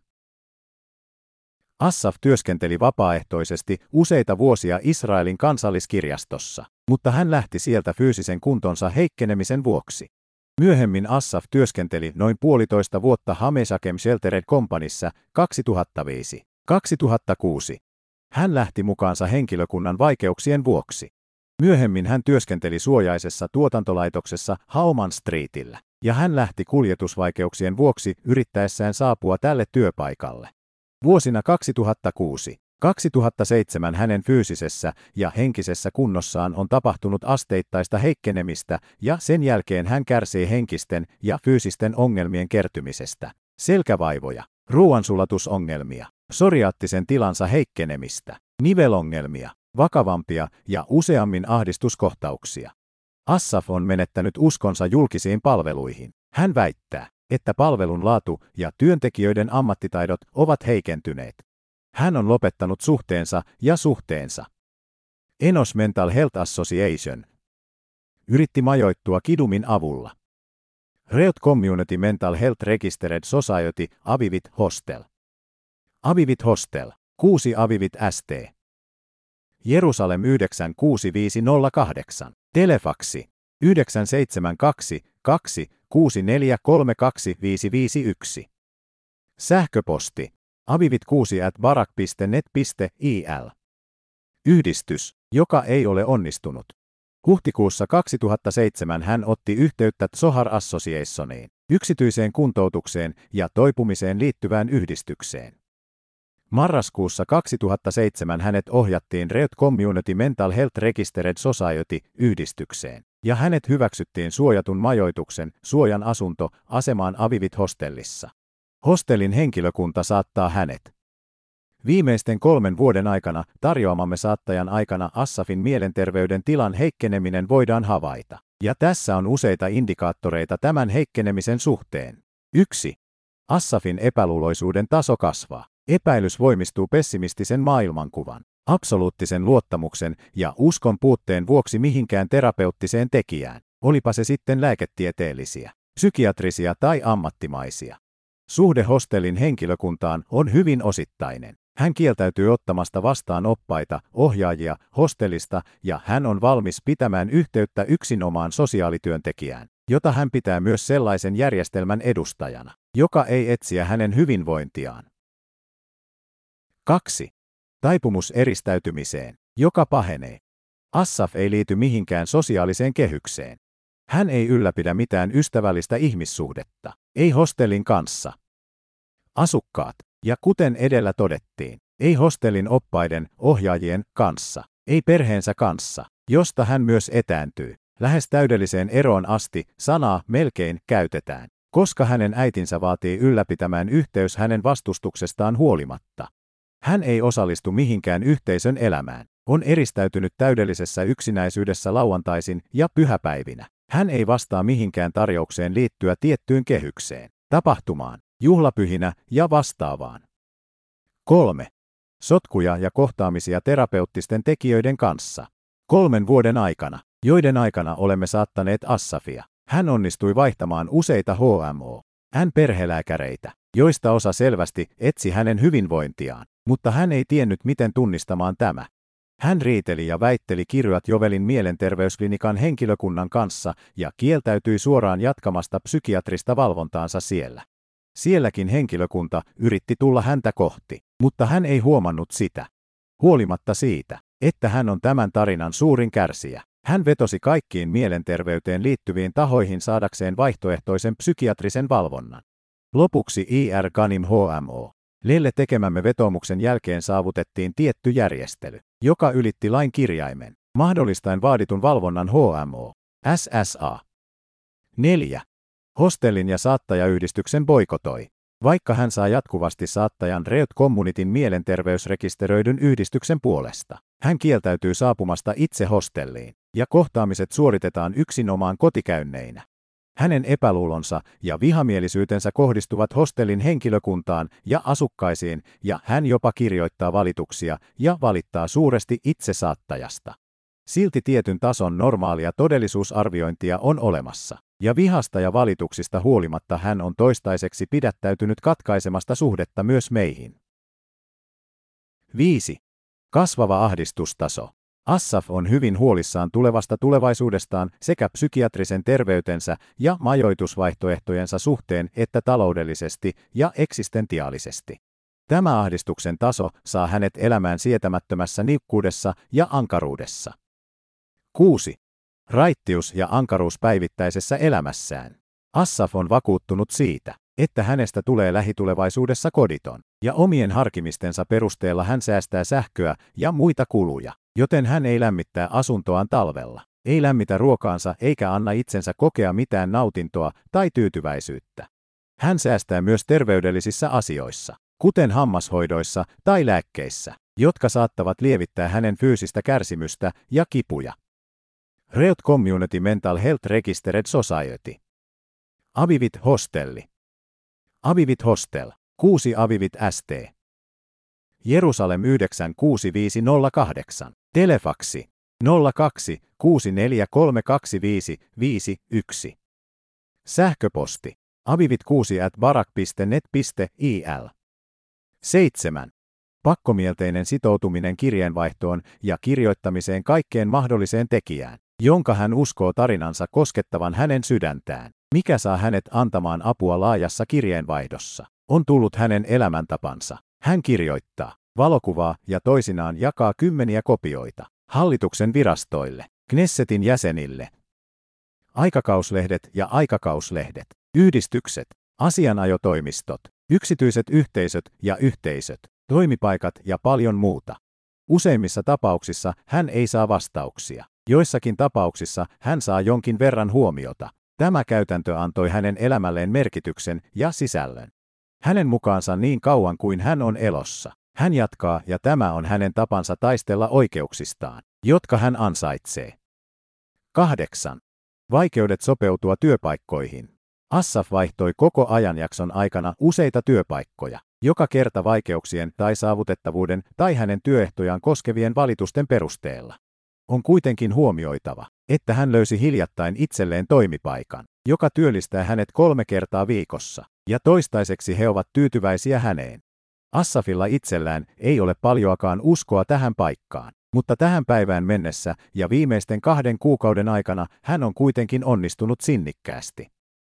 Assaf työskenteli vapaaehtoisesti useita vuosia Israelin kansalliskirjastossa, mutta hän lähti sieltä fyysisen kuntonsa heikkenemisen vuoksi. Myöhemmin Assaf työskenteli noin puolitoista vuotta Hameshakem Sheltered Companyssä kaksituhattaviisi kaksituhattakuusi. Hän lähti mukaansa henkilökunnan vaikeuksien vuoksi. Myöhemmin hän työskenteli suojaisessa tuotantolaitoksessa Hauman Streetillä, ja hän lähti kuljetusvaikeuksien vuoksi yrittäessään saapua tälle työpaikalle. Vuosina kaksituhattakuusi kaksituhattaseitsemän hänen fyysisessä ja henkisessä kunnossaan on tapahtunut asteittaista heikkenemistä ja sen jälkeen hän kärsii henkisten ja fyysisten ongelmien kertymisestä, selkävaivoja, ruoansulatusongelmia, psoriaattisen tilansa heikkenemistä, nivelongelmia, vakavampia ja useammin ahdistuskohtauksia. Assaf on menettänyt uskonsa julkisiin palveluihin. Hän väittää, että palvelun laatu ja työntekijöiden ammattitaidot ovat heikentyneet. Hän on lopettanut suhteensa ja suhteensa. Enos Mental Health Association yritti majoittua Kidumin avulla. Reut Community Mental Health Registered Society Avivit Hostel. Avivit Hostel, kuusi Avivit S T. Jerusalem yhdeksän kuusi viisi nolla kahdeksan. Telefaksi yhdeksän seitsemän kaksi kaksi kuusi neljä kolme kaksi viisi viisi yksi. Sähköposti avivit kuusi at barak piste net piste i l. Yhdistys, joka ei ole onnistunut. Huhtikuussa kaksituhattaseitsemän hän otti yhteyttä Zohar Associationiin, yksityiseen kuntoutukseen ja toipumiseen liittyvään yhdistykseen. Marraskuussa kaksituhattaseitsemän hänet ohjattiin Reut Community Mental Health Registered Society-yhdistykseen, ja hänet hyväksyttiin suojatun majoituksen suojan asunto asemaan Avivit Hostellissa. Hostellin henkilökunta saattaa hänet. Viimeisten kolmen vuoden aikana tarjoamamme saattajan aikana Assafin mielenterveyden tilan heikkeneminen voidaan havaita, ja tässä on useita indikaattoreita tämän heikkenemisen suhteen. yksi. Assafin epäluuloisuuden taso kasvaa. Epäilys voimistuu pessimistisen maailmankuvan, absoluuttisen luottamuksen ja uskon puutteen vuoksi mihinkään terapeuttiseen tekijään, olipa se sitten lääketieteellisiä, psykiatrisia tai ammattimaisia. Suhde hostellin henkilökuntaan on hyvin osittainen. Hän kieltäytyy ottamasta vastaan oppaita, ohjaajia, hostellista ja hän on valmis pitämään yhteyttä yksinomaan sosiaalityöntekijään, jota hän pitää myös sellaisen järjestelmän edustajana, joka ei etsiä hänen hyvinvointiaan. kaksi. Taipumus eristäytymiseen, joka pahenee. Assaf ei liity mihinkään sosiaaliseen kehykseen. Hän ei ylläpidä mitään ystävällistä ihmissuhdetta, ei hostellin kanssa. Asukkaat, ja kuten edellä todettiin, ei hostellin oppaiden, ohjaajien kanssa, ei perheensä kanssa, josta hän myös etääntyy. Lähes täydelliseen eroon asti sanaa melkein käytetään, koska hänen äitinsä vaatii ylläpitämään yhteys hänen vastustuksestaan huolimatta. Hän ei osallistu mihinkään yhteisön elämään, on eristäytynyt täydellisessä yksinäisyydessä lauantaisin ja pyhäpäivinä. Hän ei vastaa mihinkään tarjoukseen liittyä tiettyyn kehykseen, tapahtumaan, juhlapyhinä ja vastaavaan. kolme. Sotkuja ja kohtaamisia terapeuttisten tekijöiden kanssa. Kolmen vuoden aikana, joiden aikana olemme saattaneet Assafia, hän onnistui vaihtamaan useita H M O-perhelääkäreitä, joista osa selvästi etsi hänen hyvinvointiaan, mutta hän ei tiennyt miten tunnistamaan tämä. Hän riiteli ja väitteli Kiryat Jovelin mielenterveysklinikan henkilökunnan kanssa ja kieltäytyi suoraan jatkamasta psykiatrista valvontaansa siellä. Sielläkin henkilökunta yritti tulla häntä kohti, mutta hän ei huomannut sitä. Huolimatta siitä, että hän on tämän tarinan suurin kärsijä, hän vetosi kaikkiin mielenterveyteen liittyviin tahoihin saadakseen vaihtoehtoisen psykiatrisen valvonnan. Lopuksi I R Ganim H M O. Lelle tekemämme vetoomuksen jälkeen saavutettiin tietty järjestely, joka ylitti lain kirjaimen, mahdollistaen vaaditun valvonnan H M O, S S A. neljä. Hostellin ja saattajayhdistyksen boikotoi, vaikka hän saa jatkuvasti saattajan Reut Communityn mielenterveysrekisteröidyn yhdistyksen puolesta. Hän kieltäytyy saapumasta itse hostelliin, ja kohtaamiset suoritetaan yksinomaan kotikäynneinä. Hänen epäluulonsa ja vihamielisyytensä kohdistuvat hostellin henkilökuntaan ja asukkaisiin, ja hän jopa kirjoittaa valituksia ja valittaa suuresti itse saattajasta. Silti tietyn tason normaalia todellisuusarviointia on olemassa, ja vihasta ja valituksista huolimatta hän on toistaiseksi pidättäytynyt katkaisemasta suhdetta myös meihin. viisi. Kasvava ahdistustaso. Assaf on hyvin huolissaan tulevasta tulevaisuudestaan sekä psykiatrisen terveytensä ja majoitusvaihtoehtojensa suhteen että taloudellisesti ja eksistentiaalisesti. Tämä ahdistuksen taso saa hänet elämään sietämättömässä niukkuudessa ja ankaruudessa. kuusi. Raittius ja ankaruus päivittäisessä elämässään. Assaf on vakuuttunut siitä, että hänestä tulee lähitulevaisuudessa koditon, ja omien harkimistensa perusteella hän säästää sähköä ja muita kuluja, joten hän ei lämmittää asuntoaan talvella, ei lämmitä ruokaansa eikä anna itsensä kokea mitään nautintoa tai tyytyväisyyttä. Hän säästää myös terveydellisissä asioissa, kuten hammashoidoissa tai lääkkeissä, jotka saattavat lievittää hänen fyysistä kärsimystä ja kipuja. Reut Community Mental Health Registered Society. Avivit Hostelli. Avivit Hostel, kuusi Avivit S T. Jerusalem yhdeksän kuusi viisi nolla kahdeksan. Telefaksi nolla kaksi kuusi neljä kolme kaksi viisi viisi yksi. Sähköposti avivit kuusi at barak piste net piste i l. seitsemän. Pakkomielteinen sitoutuminen kirjeenvaihtoon ja kirjoittamiseen kaikkeen mahdolliseen tekijään, jonka hän uskoo tarinansa koskettavan hänen sydäntään, mikä saa hänet antamaan apua laajassa kirjeenvaihdossa, on tullut hänen elämäntapansa. Hän kirjoittaa, valokuvaa ja toisinaan jakaa kymmeniä kopioita hallituksen virastoille, Knessetin jäsenille. Aikakauslehdet ja aikakauslehdet, yhdistykset, asianajotoimistot, yksityiset yhteisöt ja yhteisöt, toimipaikat ja paljon muuta. Useimmissa tapauksissa hän ei saa vastauksia. Joissakin tapauksissa hän saa jonkin verran huomiota. Tämä käytäntö antoi hänen elämälleen merkityksen ja sisällön. Hänen mukaansa niin kauan kuin hän on elossa. Hän jatkaa ja tämä on hänen tapansa taistella oikeuksistaan, jotka hän ansaitsee. kahdeksan. Vaikeudet sopeutua työpaikkoihin. Assaf vaihtoi koko ajanjakson aikana useita työpaikkoja, joka kerta vaikeuksien tai saavutettavuuden tai hänen työehtojaan koskevien valitusten perusteella. On kuitenkin huomioitava, että hän löysi hiljattain itselleen toimipaikan, joka työllistää hänet kolme kertaa viikossa, ja toistaiseksi he ovat tyytyväisiä häneen. Assafilla itsellään ei ole paljoakaan uskoa tähän paikkaan, mutta tähän päivään mennessä ja viimeisten kahden kuukauden aikana hän on kuitenkin onnistunut sinnikkäästi.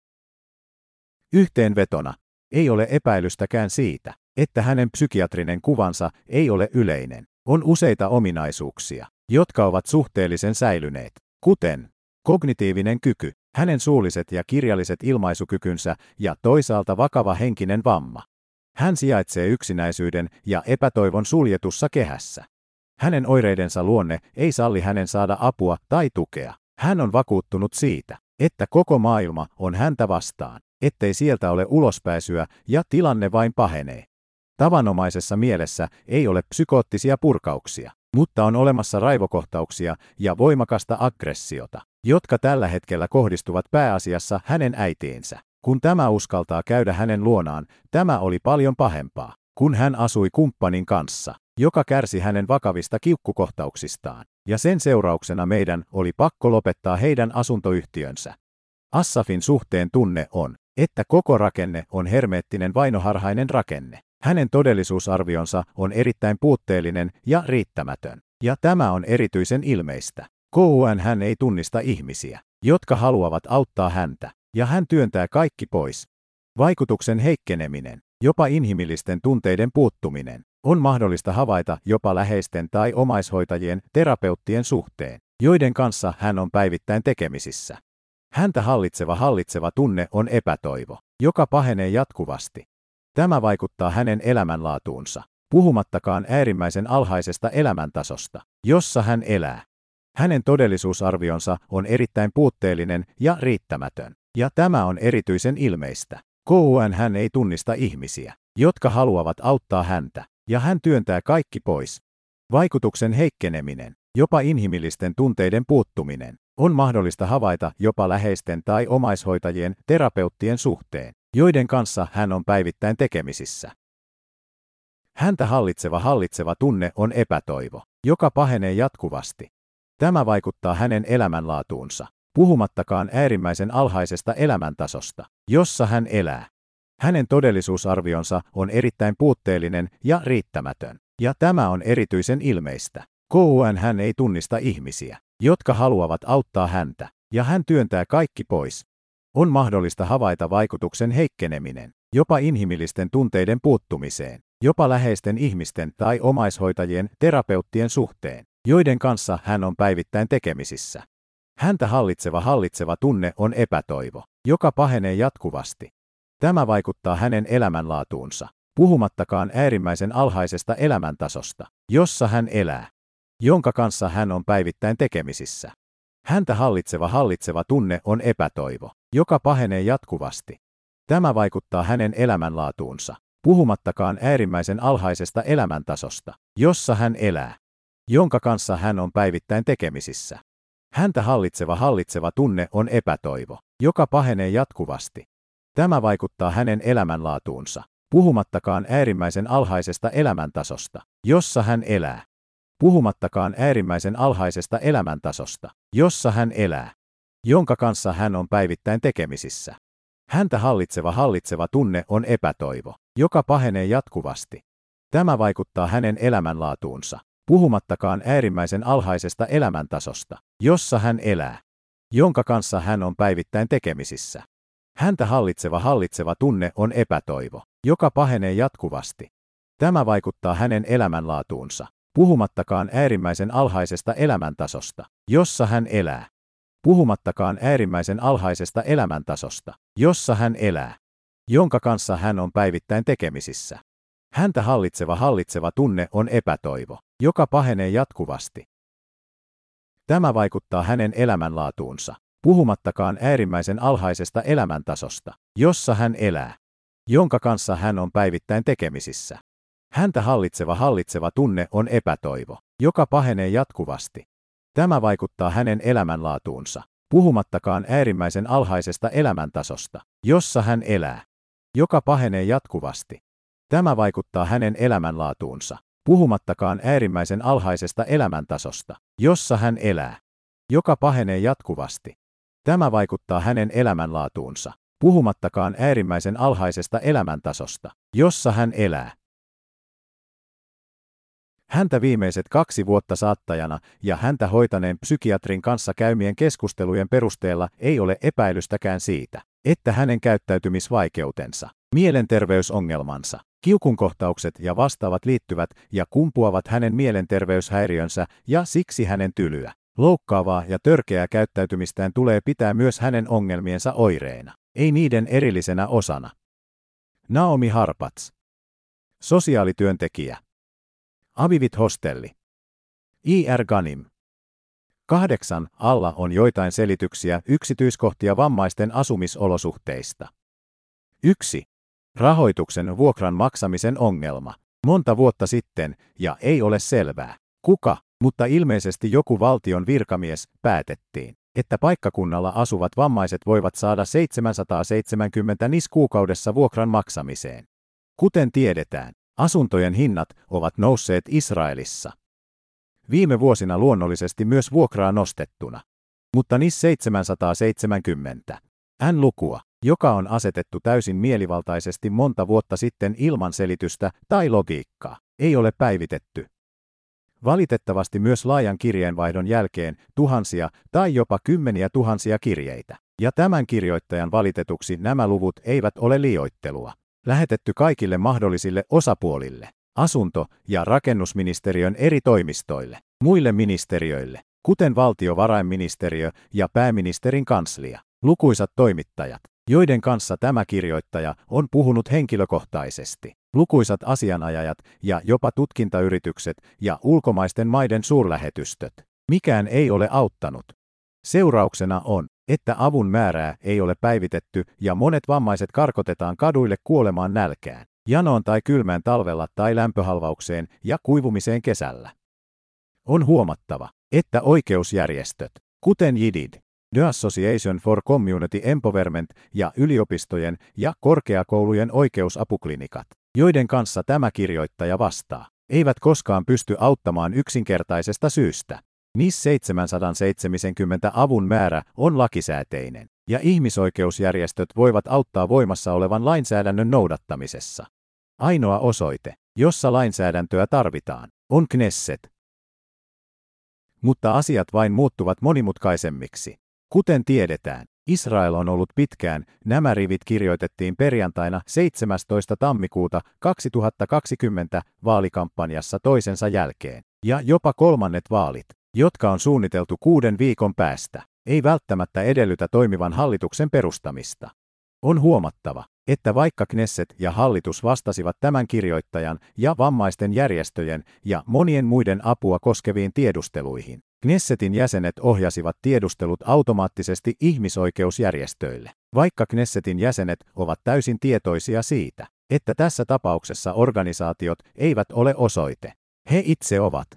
Yhteenvetona, ei ole epäilystäkään siitä, että hänen psykiatrinen kuvansa ei ole yleinen. On useita ominaisuuksia, jotka ovat suhteellisen säilyneet, kuten kognitiivinen kyky, hänen suulliset ja kirjalliset ilmaisukykynsä ja toisaalta vakava henkinen vamma. Hän sijaitsee yksinäisyyden ja epätoivon suljetussa kehässä. Hänen oireidensa luonne ei salli hänen saada apua tai tukea. Hän on vakuuttunut siitä, että koko maailma on häntä vastaan, ettei sieltä ole ulospääsyä ja tilanne vain pahenee. Tavanomaisessa mielessä ei ole psykoottisia purkauksia, mutta on olemassa raivokohtauksia ja voimakasta aggressiota, jotka tällä hetkellä kohdistuvat pääasiassa hänen äitiinsä. Kun tämä uskaltaa käydä hänen luonaan, tämä oli paljon pahempaa, kun hän asui kumppanin kanssa, joka kärsi hänen vakavista kiukkukohtauksistaan, ja sen seurauksena meidän oli pakko lopettaa heidän asuntoyhtiönsä. Assafin suhteen tunne on, että koko rakenne on hermeettinen vainoharhainen rakenne. Hänen todellisuusarvionsa on erittäin puutteellinen ja riittämätön, ja tämä on erityisen ilmeistä. Kouen hän ei tunnista ihmisiä, jotka haluavat auttaa häntä, ja hän työntää kaikki pois. Vaikutuksen heikkeneminen, jopa inhimillisten tunteiden puuttuminen, on mahdollista havaita jopa läheisten tai omaishoitajien terapeuttien suhteen, joiden kanssa hän on päivittäin tekemisissä. Häntä hallitseva hallitseva tunne on epätoivo, joka pahenee jatkuvasti. Tämä vaikuttaa hänen elämänlaatuunsa, puhumattakaan äärimmäisen alhaisesta elämäntasosta, jossa hän elää. Hänen todellisuusarvionsa on erittäin puutteellinen ja riittämätön, ja tämä on erityisen ilmeistä. Kouen hän ei tunnista ihmisiä, jotka haluavat auttaa häntä, ja hän työntää kaikki pois. Vaikutuksen heikkeneminen, jopa inhimillisten tunteiden puuttuminen, on mahdollista havaita jopa läheisten tai omaishoitajien terapeuttien suhteen, joiden kanssa hän on päivittäin tekemisissä. Häntä hallitseva hallitseva tunne on epätoivo, joka pahenee jatkuvasti. Tämä vaikuttaa hänen elämänlaatuunsa, puhumattakaan äärimmäisen alhaisesta elämäntasosta, jossa hän elää. Hänen todellisuusarvionsa on erittäin puutteellinen ja riittämätön, ja tämä on erityisen ilmeistä, kun hän ei tunnista ihmisiä, jotka haluavat auttaa häntä, ja hän työntää kaikki pois. On mahdollista havaita vaikutuksen heikkeneminen, jopa inhimillisten tunteiden puuttumiseen, jopa läheisten ihmisten tai omaishoitajien terapeuttien suhteen, joiden kanssa hän on päivittäin tekemisissä. Häntä hallitseva hallitseva tunne on epätoivo, joka pahenee jatkuvasti. Tämä vaikuttaa hänen elämänlaatuunsa, puhumattakaan äärimmäisen alhaisesta elämäntasosta, jossa hän elää, jonka kanssa hän on päivittäin tekemisissä. Häntä hallitseva hallitseva tunne on epätoivo, joka pahenee jatkuvasti. Tämä vaikuttaa hänen elämänlaatuunsa, puhumattakaan äärimmäisen alhaisesta elämäntasosta, jossa hän elää, jonka kanssa hän on päivittäin tekemisissä. Häntä hallitseva hallitseva tunne on epätoivo, joka pahenee jatkuvasti. Tämä vaikuttaa hänen elämänlaatuunsa, puhumattakaan äärimmäisen alhaisesta elämäntasosta, jossa hän elää. Puhumattakaan äärimmäisen alhaisesta elämäntasosta, jossa hän elää, jonka kanssa hän on päivittäin tekemisissä. Häntä hallitseva hallitseva tunne on epätoivo, joka pahenee jatkuvasti. Tämä vaikuttaa hänen elämänlaatuunsa, puhumattakaan äärimmäisen alhaisesta elämäntasosta, jossa hän elää, jonka kanssa hän on päivittäin tekemisissä. Häntä hallitseva hallitseva tunne on epätoivo, joka pahenee jatkuvasti. Tämä vaikuttaa hänen elämänlaatuunsa, puhumattakaan äärimmäisen alhaisesta elämäntasosta, jossa hän elää. Puhumattakaan äärimmäisen alhaisesta elämäntasosta, jossa hän elää, jonka kanssa hän on päivittäin tekemisissä. Häntä hallitseva hallitseva tunne on epätoivo, joka pahenee jatkuvasti. Tämä vaikuttaa hänen elämänlaatuunsa, puhumattakaan äärimmäisen alhaisesta elämäntasosta, jossa hän elää, jonka kanssa hän on päivittäin tekemisissä. Häntä hallitseva hallitseva tunne on epätoivo, joka pahenee jatkuvasti. Tämä vaikuttaa hänen elämänlaatuunsa, puhumattakaan äärimmäisen alhaisesta elämäntasosta, jossa hän elää, joka pahenee jatkuvasti. Tämä vaikuttaa hänen elämänlaatuunsa, puhumattakaan äärimmäisen alhaisesta elämäntasosta, jossa hän elää, joka pahenee jatkuvasti. Tämä vaikuttaa hänen elämänlaatuunsa, puhumattakaan äärimmäisen alhaisesta elämäntasosta, jossa hän elää. Häntä viimeiset kaksi vuotta saattajana ja häntä hoitaneen psykiatrin kanssa käymien keskustelujen perusteella ei ole epäilystäkään siitä, että hänen käyttäytymisvaikeutensa, mielenterveysongelmansa, kiukunkohtaukset ja vastaavat liittyvät ja kumpuavat hänen mielenterveyshäiriönsä ja siksi hänen tylyä, loukkaavaa ja törkeää käyttäytymistään tulee pitää myös hänen ongelmiensa oireena, ei niiden erillisenä osana. Naomi Harpats. Sosiaalityöntekijä. Avivit Hostelli. I R Ganim. Kahdeksan. Alla on joitain selityksiä yksityiskohtia vammaisten asumisolosuhteista. yksi. Rahoituksen vuokran maksamisen ongelma. Monta vuotta sitten, ja ei ole selvää, kuka, mutta ilmeisesti joku valtion virkamies, päätettiin, että paikkakunnalla asuvat vammaiset voivat saada seitsemänsataaseitsemänkymmentä nis kuukaudessa vuokran maksamiseen. Kuten tiedetään, asuntojen hinnat ovat nousseet Israelissa. Viime vuosina luonnollisesti myös vuokraa nostettuna. Mutta nis seitsemänsataaseitsemänkymmentä. N-lukua, joka on asetettu täysin mielivaltaisesti monta vuotta sitten ilman selitystä tai logiikkaa, ei ole päivitetty. Valitettavasti myös laajan kirjeenvaihdon jälkeen tuhansia tai jopa kymmeniä tuhansia kirjeitä. Ja tämän kirjoittajan valitetuksi nämä luvut eivät ole liioittelua. Lähetetty kaikille mahdollisille osapuolille, asunto- ja rakennusministeriön eri toimistoille, muille ministeriöille, kuten valtiovarainministeriö ja pääministerin kanslia, lukuisat toimittajat, joiden kanssa tämä kirjoittaja on puhunut henkilökohtaisesti, lukuisat asianajajat ja jopa tutkintayritykset ja ulkomaisten maiden suurlähetystöt. Mikään ei ole auttanut. Seurauksena on, että avun määrää ei ole päivitetty ja monet vammaiset karkotetaan kaduille kuolemaan nälkään, janoon tai kylmään talvella tai lämpöhalvaukseen ja kuivumiseen kesällä. On huomattava, että oikeusjärjestöt, kuten J I D I D, The Association for Community Empowerment ja yliopistojen ja korkeakoulujen oikeusapuklinikat, joiden kanssa tämä kirjoittaja vastaa, eivät koskaan pysty auttamaan yksinkertaisesta syystä. N I S seitsemänsataaseitsemänkymmentä avun määrä on lakisääteinen, ja ihmisoikeusjärjestöt voivat auttaa voimassa olevan lainsäädännön noudattamisessa. Ainoa osoite, jossa lainsäädäntöä tarvitaan, on Knesset. Mutta asiat vain muuttuvat monimutkaisemmiksi. Kuten tiedetään, Israel on ollut pitkään, nämä rivit kirjoitettiin perjantaina seitsemästoista tammikuuta kaksituhattakaksikymmentä vaalikampanjassa toisensa jälkeen, ja jopa kolmannet vaalit, jotka on suunniteltu kuuden viikon päästä, ei välttämättä edellytä toimivan hallituksen perustamista. On huomattava, että vaikka Knesset ja hallitus vastasivat tämän kirjoittajan ja vammaisten järjestöjen ja monien muiden apua koskeviin tiedusteluihin, Knessetin jäsenet ohjasivat tiedustelut automaattisesti ihmisoikeusjärjestöille, vaikka Knessetin jäsenet ovat täysin tietoisia siitä, että tässä tapauksessa organisaatiot eivät ole osoite. He itse ovat.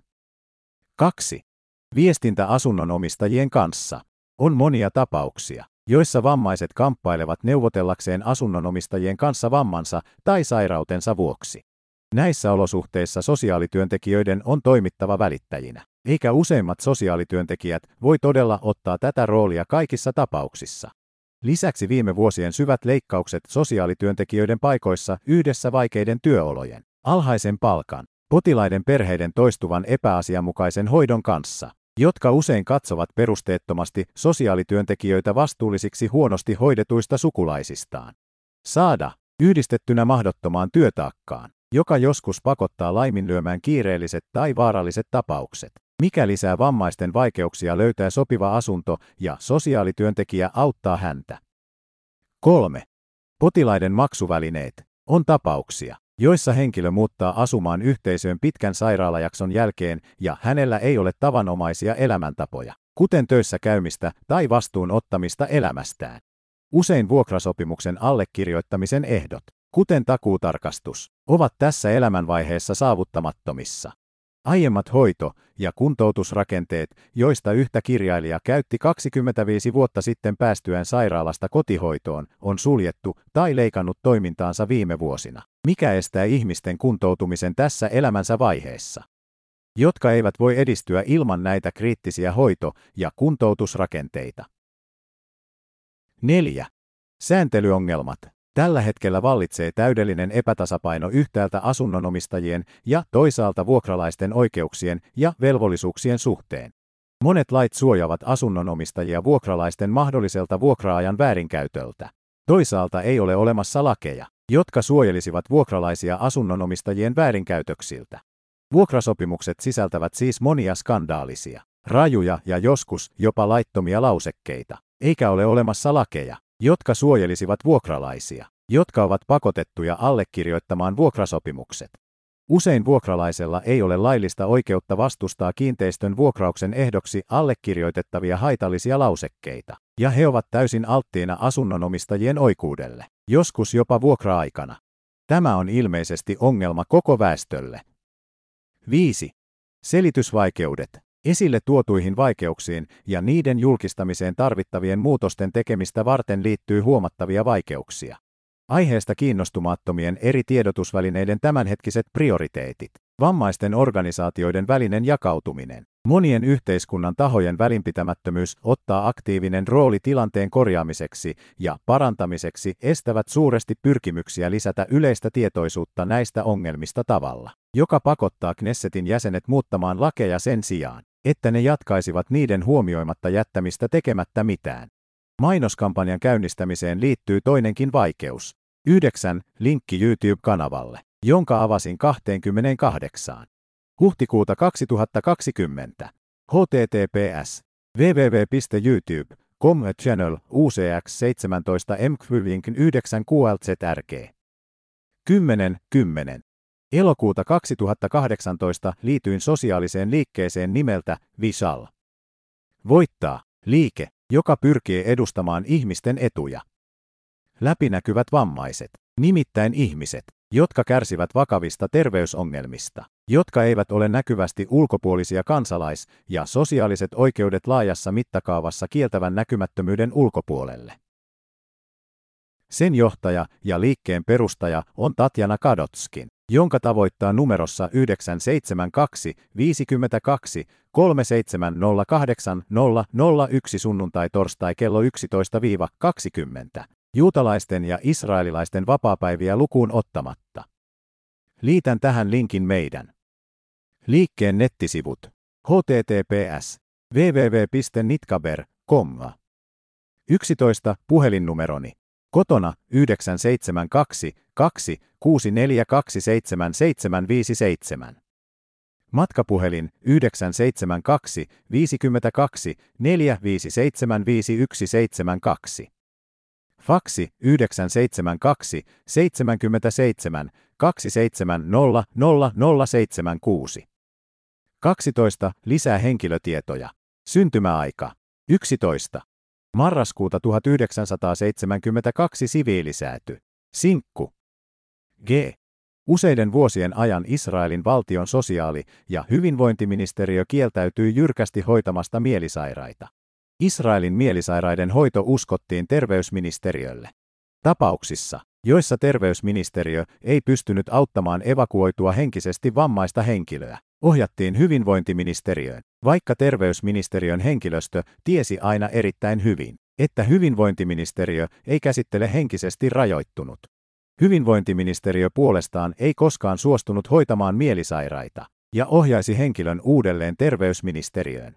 kaksi. Viestintä asunnonomistajien kanssa. On monia tapauksia, joissa vammaiset kamppailevat neuvotellakseen asunnonomistajien kanssa vammansa tai sairautensa vuoksi. Näissä olosuhteissa sosiaalityöntekijöiden on toimittava välittäjinä, eikä useimmat sosiaalityöntekijät voi todella ottaa tätä roolia kaikissa tapauksissa. Lisäksi viime vuosien syvät leikkaukset sosiaalityöntekijöiden paikoissa yhdessä vaikeiden työolojen, alhaisen palkan, potilaiden perheiden toistuvan epäasianmukaisen hoidon kanssa, jotka usein katsovat perusteettomasti sosiaalityöntekijöitä vastuullisiksi huonosti hoidetuista sukulaisistaan. Saada, yhdistettynä mahdottomaan työtaakkaan, joka joskus pakottaa laiminlyömään kiireelliset tai vaaralliset tapaukset, mikä lisää vammaisten vaikeuksia löytää sopiva asunto ja sosiaalityöntekijä auttaa häntä. kolme. Potilaiden maksuvälineet. On tapauksia, joissa henkilö muuttaa asumaan yhteisöön pitkän sairaalajakson jälkeen ja hänellä ei ole tavanomaisia elämäntapoja, kuten töissä käymistä tai vastuun ottamista elämästään. Usein vuokrasopimuksen allekirjoittamisen ehdot, kuten takuutarkastus, ovat tässä elämänvaiheessa saavuttamattomissa. Aiemmat hoito- ja kuntoutusrakenteet, joista yhtä kirjailija käytti kaksikymmentäviisi vuotta sitten päästyään sairaalasta kotihoitoon, on suljettu tai leikannut toimintaansa viime vuosina, mikä estää ihmisten kuntoutumisen tässä elämänsä vaiheessa, jotka eivät voi edistyä ilman näitä kriittisiä hoito- ja kuntoutusrakenteita. neljä. Sääntelyongelmat. Tällä hetkellä vallitsee täydellinen epätasapaino yhtäältä asunnonomistajien ja toisaalta vuokralaisten oikeuksien ja velvollisuuksien suhteen. Monet lait suojaavat asunnonomistajia vuokralaisten mahdolliselta vuokraajan väärinkäytöltä. Toisaalta ei ole olemassa lakeja, jotka suojelisivat vuokralaisia asunnonomistajien väärinkäytöksiltä. Vuokrasopimukset sisältävät siis monia skandaalisia, rajuja ja joskus jopa laittomia lausekkeita, eikä ole olemassa lakeja, jotka suojelisivat vuokralaisia, jotka ovat pakotettuja allekirjoittamaan vuokrasopimukset. Usein vuokralaisella ei ole laillista oikeutta vastustaa kiinteistön vuokrauksen ehdoksi allekirjoitettavia haitallisia lausekkeita, ja he ovat täysin alttiina asunnonomistajien oikeudelle, joskus jopa vuokra-aikana. Tämä on ilmeisesti ongelma koko väestölle. viisi. Selitysvaikeudet. Esille tuotuihin vaikeuksiin ja niiden julkistamiseen tarvittavien muutosten tekemistä varten liittyy huomattavia vaikeuksia. Aiheesta kiinnostumattomien eri tiedotusvälineiden tämänhetkiset prioriteetit, vammaisten organisaatioiden välinen jakautuminen, monien yhteiskunnan tahojen välinpitämättömyys ottaa aktiivinen rooli tilanteen korjaamiseksi ja parantamiseksi estävät suuresti pyrkimyksiä lisätä yleistä tietoisuutta näistä ongelmista tavalla, joka pakottaa Knessetin jäsenet muuttamaan lakeja sen sijaan, että ne jatkaisivat niiden huomioimatta jättämistä tekemättä mitään. Mainoskampanjan käynnistämiseen liittyy toinenkin vaikeus. yhdeksän. Linkki YouTube-kanavalle, jonka avasin kaksikymmentäkahdeksan. huhtikuuta kaksituhattakaksikymmentä. H T T P S. www piste youtube piste com channel U C X seitsemäntoista M Link yhdeksän Q L Z R G. kymmenen. kymmenen. Elokuuta kaksituhattakahdeksantoista liityin sosiaaliseen liikkeeseen nimeltä Vishal. Voittaa liike, joka pyrkii edustamaan ihmisten etuja. Läpinäkyvät vammaiset, nimittäin ihmiset, jotka kärsivät vakavista terveysongelmista, jotka eivät ole näkyvästi ulkopuolisia kansalais- ja sosiaaliset oikeudet laajassa mittakaavassa kieltävän näkymättömyyden ulkopuolelle. Sen johtaja ja liikkeen perustaja on Tatjana Kadotskin, jonka tavoittaa numerossa yhdeksän seitsemän kaksi viisi kaksi kolme seitsemän nolla kahdeksan nolla nolla yksi sunnuntai-torstai kello yksitoista kaksikymmentä, juutalaisten ja israelilaisten vapaapäiviä lukuun ottamatta. Liitän tähän linkin meidän liikkeen nettisivut h t t p s piste w w w piste nitkaber piste com. yksitoista Puhelinnumeroni kotona yhdeksän seitsemän kaksi kaksi kuusi neljä kaksi seitsemän seitsemän viisi seitsemän. Matkapuhelin yhdeksän seitsemän kaksi viisi kaksi neljä viisi seitsemän viisi yksi seitsemän kaksi. Faksi yhdeksän seitsemän kaksi seitsemän seitsemän kaksi seitsemän nolla nolla nolla seitsemän kuusi. kaksitoista Lisää henkilötietoja. Syntymäaika yksitoista marraskuuta tuhatyhdeksänsataaseitsemänkymmentäkaksi siviilisääty. Sinkku. G. Useiden vuosien ajan Israelin valtion sosiaali- ja hyvinvointiministeriö kieltäytyi jyrkästi hoitamasta mielisairaita. Israelin mielisairaiden hoito uskottiin terveysministeriölle. Tapauksissa, joissa terveysministeriö ei pystynyt auttamaan evakuoitua henkisesti vammaista henkilöä, ohjattiin hyvinvointiministeriöön, vaikka terveysministeriön henkilöstö tiesi aina erittäin hyvin, että hyvinvointiministeriö ei käsittele henkisesti rajoittunut. Hyvinvointiministeriö puolestaan ei koskaan suostunut hoitamaan mielisairaita ja ohjaisi henkilön uudelleen terveysministeriöön.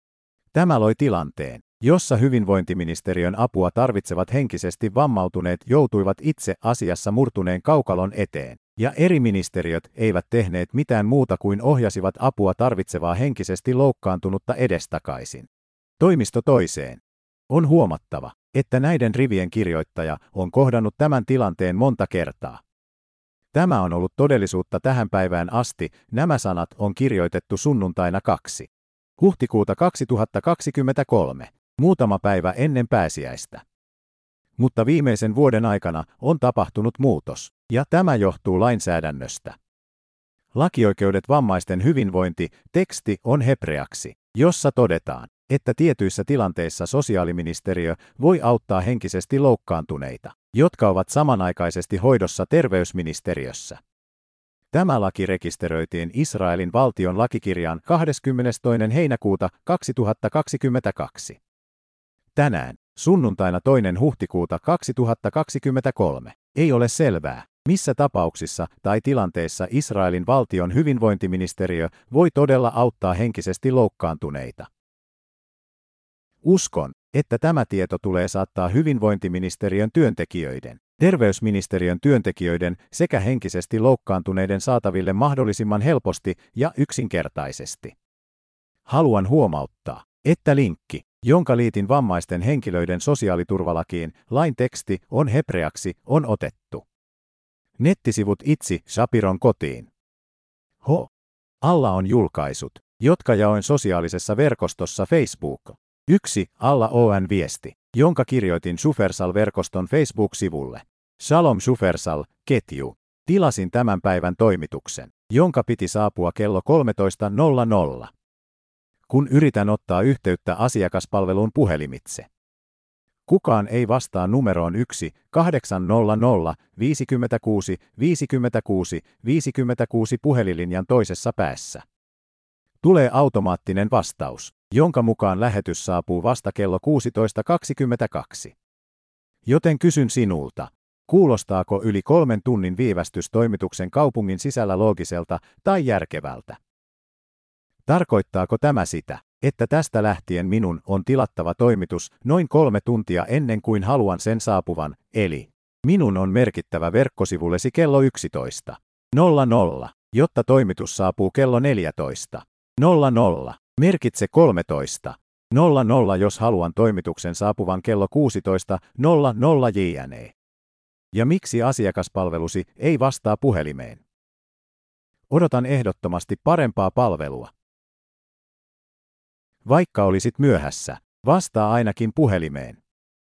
Tämä loi tilanteen, jossa hyvinvointiministeriön apua tarvitsevat henkisesti vammautuneet joutuivat itse asiassa murtuneen kaukalon eteen, ja eri ministeriöt eivät tehneet mitään muuta kuin ohjasivat apua tarvitsevaa henkisesti loukkaantunutta edestakaisin toimisto toiseen. On huomattava, että näiden rivien kirjoittaja on kohdannut tämän tilanteen monta kertaa. Tämä on ollut todellisuutta tähän päivään asti. Nämä sanat on kirjoitettu sunnuntaina kaksi huhtikuuta kaksituhattakaksikymmentäkolme, muutama päivä ennen pääsiäistä. Mutta viimeisen vuoden aikana on tapahtunut muutos, ja tämä johtuu lainsäädännöstä. Lakioikeudet vammaisten hyvinvointi teksti on hebreaksi, jossa todetaan, että tietyissä tilanteissa sosiaaliministeriö voi auttaa henkisesti loukkaantuneita, jotka ovat samanaikaisesti hoidossa terveysministeriössä. Tämä laki rekisteröitiin Israelin valtion lakikirjaan kahdeskymmenestoinen heinäkuuta kaksituhattakaksikymmentäkaksi. Tänään, sunnuntaina toinen huhtikuuta kaksituhattakaksikymmentäkolme, ei ole selvää, missä tapauksissa tai tilanteissa Israelin valtion hyvinvointiministeriö voi todella auttaa henkisesti loukkaantuneita. Uskon, että tämä tieto tulee saattaa hyvinvointiministeriön työntekijöiden, terveysministeriön työntekijöiden sekä henkisesti loukkaantuneiden saataville mahdollisimman helposti ja yksinkertaisesti. Haluan huomauttaa, että linkki, jonka liitin vammaisten henkilöiden sosiaaliturvalakiin, lain teksti on hebreaksi, on otettu nettisivut Itsi Shapiron kotiin. H. Alla on julkaisut, jotka jaoin sosiaalisessa verkostossa Facebook. Yksi Alla on viesti, jonka kirjoitin Shufersal-verkoston Facebook-sivulle. Shalom Shufersal, ketju. Tilasin tämän päivän toimituksen, jonka piti saapua kello kolmetoista nolla nolla. Kun yritän ottaa yhteyttä asiakaspalveluun puhelimitse. Kukaan ei vastaa numeroon yksi kahdeksan nolla nolla viisi kuusi viisi kuusi viisi kuusi puhelinlinjan toisessa päässä. Tulee automaattinen vastaus, jonka mukaan lähetys saapuu vasta kello kuusitoista kaksikymmentäkaksi. Joten kysyn sinulta, kuulostaako yli kolmen tunnin viivästys toimituksen kaupungin sisällä loogiselta tai järkevältä? Tarkoittaako tämä sitä, että tästä lähtien minun on tilattava toimitus noin kolme tuntia ennen kuin haluan sen saapuvan, eli minun on merkittävä verkkosivullesi kello yksitoista nolla nolla, jotta toimitus saapuu kello neljätoista nolla nolla. Merkitse kolmetoista nolla nolla, jos haluan toimituksen saapuvan kello kuusitoista nolla nolla jne. Ja miksi asiakaspalvelusi ei vastaa puhelimeen? Odotan ehdottomasti parempaa palvelua. Vaikka olisit myöhässä, vastaa ainakin puhelimeen.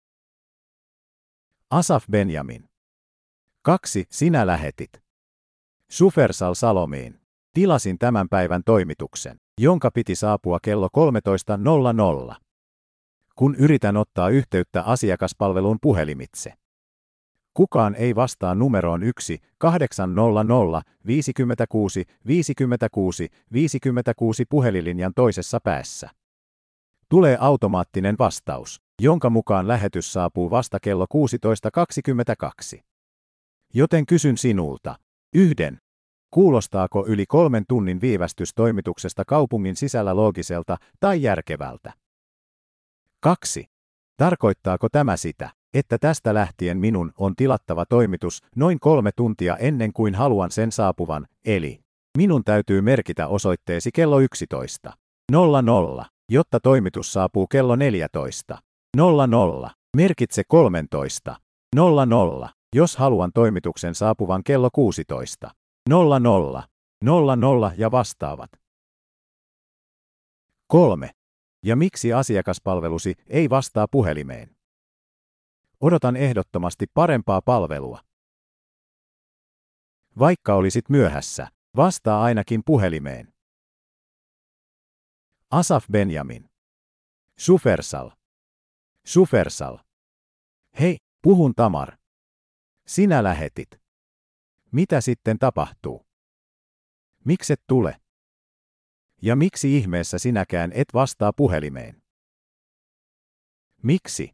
Asaf Benjamin. kaksi Sinä lähetit. Shufersal Salomiin. Tilasin tämän päivän toimituksen, jonka piti saapua kello kolmetoista nolla nolla. Kun yritän ottaa yhteyttä asiakaspalveluun puhelimitse. Kukaan ei vastaa numeroon yksi kahdeksan nolla nolla viisikymmentäkuusi viisikymmentäkuusi viisikymmentäkuusi puhelinlinjan toisessa päässä. Tulee automaattinen vastaus, jonka mukaan lähetys saapuu vasta kello kuusitoista kaksikymmentäkaksi. Joten kysyn sinulta. Yhden. Kuulostaako yli kolmen tunnin viivästys toimituksesta kaupungin sisällä loogiselta tai järkevältä? Kaksi. Tarkoittaako tämä sitä, että tästä lähtien minun on tilattava toimitus noin kolme tuntia ennen kuin haluan sen saapuvan, eli minun täytyy merkitä osoitteesi kello yksitoista nolla nolla, jotta toimitus saapuu kello neljätoista nolla nolla. Merkitse kolmetoista nolla nolla, jos haluan toimituksen saapuvan kello kuusitoista nolla nolla nolla nolla ja vastaavat. Kolme. Ja miksi asiakaspalvelusi ei vastaa puhelimeen? Odotan ehdottomasti parempaa palvelua. Vaikka olisit myöhässä, vastaa ainakin puhelimeen. Asaf Benjamin. Shufersal. Shufersal. Hei, puhun Tamar. Sinä lähetit. Mitä sitten tapahtuu? Mikset tule? Ja miksi ihmeessä sinäkään et vastaa puhelimeen? Miksi?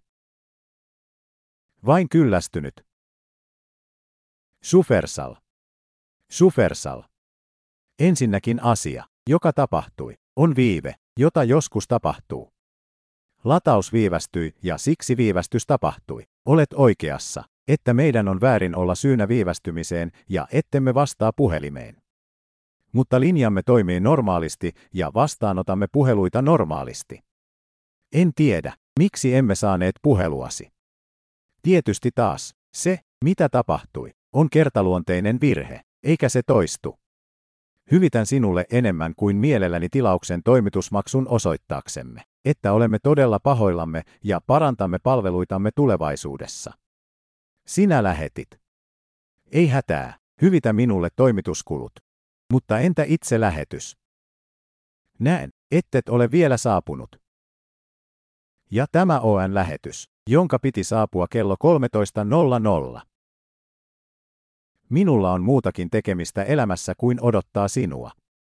Vain kyllästynyt. Shufersal. Shufersal. Ensinnäkin asia, joka tapahtui, on viive, jota joskus tapahtuu. Lataus viivästyi ja siksi viivästys tapahtui. Olet oikeassa, että meidän on väärin olla syynä viivästymiseen ja ettemme vastaa puhelimeen. Mutta linjamme toimii normaalisti ja vastaanotamme puheluita normaalisti. En tiedä, miksi emme saaneet puheluasi. Tietysti taas, se, mitä tapahtui, on kertaluonteinen virhe, eikä se toistu. Hyvitän sinulle enemmän kuin mielelläni tilauksen toimitusmaksun osoittaaksemme, että olemme todella pahoillamme ja parantamme palveluitamme tulevaisuudessa. Sinä lähetit. Ei hätää, hyvitä minulle toimituskulut. Mutta entä itse lähetys? Näen, ettet ole vielä saapunut. Ja tämä on lähetys, jonka piti saapua kello kolmetoista nolla nolla. Minulla on muutakin tekemistä elämässä kuin odottaa sinua.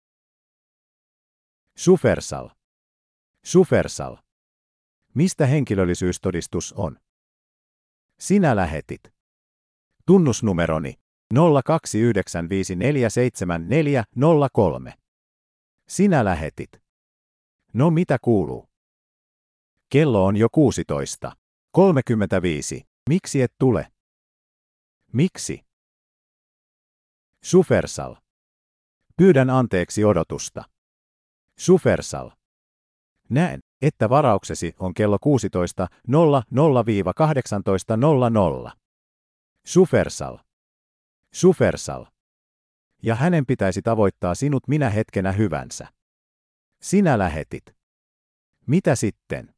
Shufersal. Shufersal. Mistä henkilöllisyystodistus on? Sinä lähetit. Tunnusnumeroni nolla kaksi yhdeksän viisi neljä seitsemän neljä nolla kolme. Sinä lähetit. No mitä kuuluu? Kello on jo kuusitoista kolmekymmentäviisi. Miksi et tule? Miksi? Shufersal. Pyydän anteeksi odotusta. Shufersal. Näen, että varauksesi on kello kuusitoista nolla nolla kahdeksantoista nolla nolla. Shufersal. Shufersal. Ja hänen pitäisi tavoittaa sinut minä hetkenä hyvänsä. Sinä lähetit. Mitä sitten?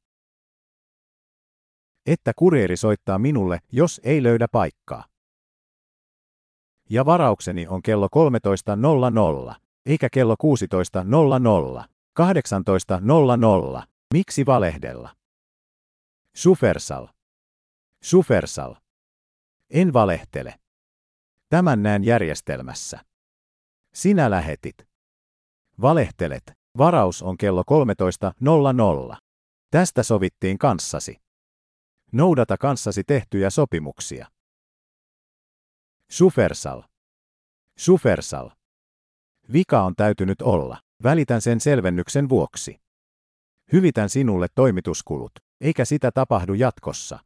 Että kurieri soittaa minulle, jos ei löydä paikkaa. Ja varaukseni on kello kolmetoista nolla nolla, eikä kello kuusitoista nolla nolla, kahdeksantoista nolla nolla. Miksi valehdella? Shufersal. Shufersal. En valehtele. Tämän näen järjestelmässä. Sinä lähetit. Valehtelet. Varaus on kello kolmetoista nolla nolla. Tästä sovittiin kanssasi. Noudata kanssasi tehtyjä sopimuksia. Shufersal. Shufersal. Vika on täytynyt olla. Välitän sen selvennyksen vuoksi. Hyvitän sinulle toimituskulut, eikä sitä tapahdu jatkossa.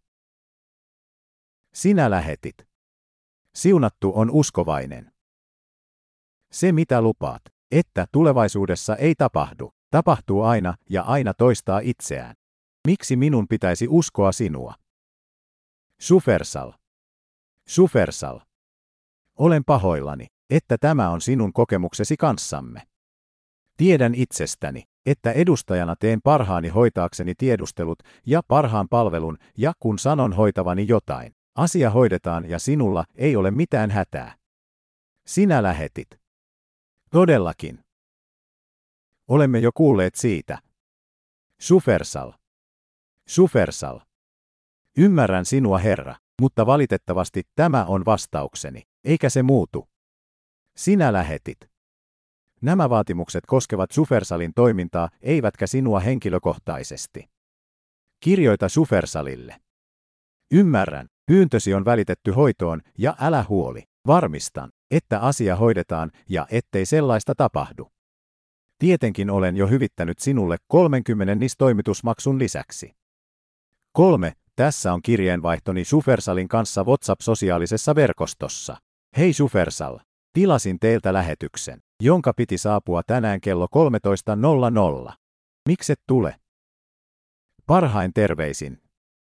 Sinä lähetit. Siunattu on uskovainen. Se mitä lupaat, että tulevaisuudessa ei tapahdu, tapahtuu aina ja aina toistaa itseään. Miksi minun pitäisi uskoa sinua? Shufersal. Shufersal. Olen pahoillani, että tämä on sinun kokemuksesi kanssamme. Tiedän itsestäni, että edustajana teen parhaani hoitaakseni tiedustelut ja parhaan palvelun, ja kun sanon hoitavani jotain, asia hoidetaan ja sinulla ei ole mitään hätää. Sinä lähetit. Todellakin. Olemme jo kuulleet siitä. Shufersal. Shufersal. Ymmärrän sinua, herra, mutta valitettavasti tämä on vastaukseni, eikä se muutu. Sinä lähetit. Nämä vaatimukset koskevat Shufersalin toimintaa, eivätkä sinua henkilökohtaisesti. Kirjoita Shufersalille. Ymmärrän, pyyntösi on välitetty hoitoon ja älä huoli, varmistan, että asia hoidetaan ja ettei sellaista tapahdu. Tietenkin olen jo hyvittänyt sinulle kolmenkymmenen nis-toimitusmaksun lisäksi. Kolme. Tässä on kirjeenvaihtoni Shufersalin kanssa WhatsApp-sosiaalisessa verkostossa. Hei Shufersal, tilasin teiltä lähetyksen, jonka piti saapua tänään kello kolmetoista nolla nolla. Mikset tule? Parhain terveisin.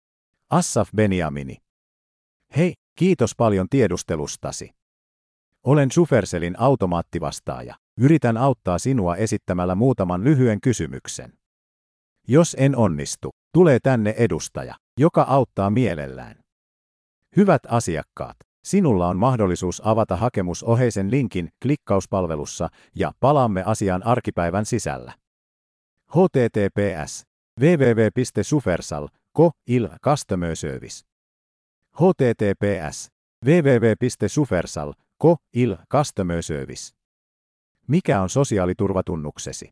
Asaf Benjamini. Hei, kiitos paljon tiedustelustasi. Olen Shufersalin automaattivastaaja. Yritän auttaa sinua esittämällä muutaman lyhyen kysymyksen. Jos en onnistu, tulee tänne edustaja, joka auttaa mielellään. Hyvät asiakkaat, sinulla on mahdollisuus avata hakemus oheisen linkin klikkauspalvelussa ja palaamme asiaan arkipäivän sisällä. H T T P S www piste shufersal piste co il customer service. H T T P S www piste shufersal piste co il customer service. Mikä on sosiaaliturvatunnuksesi?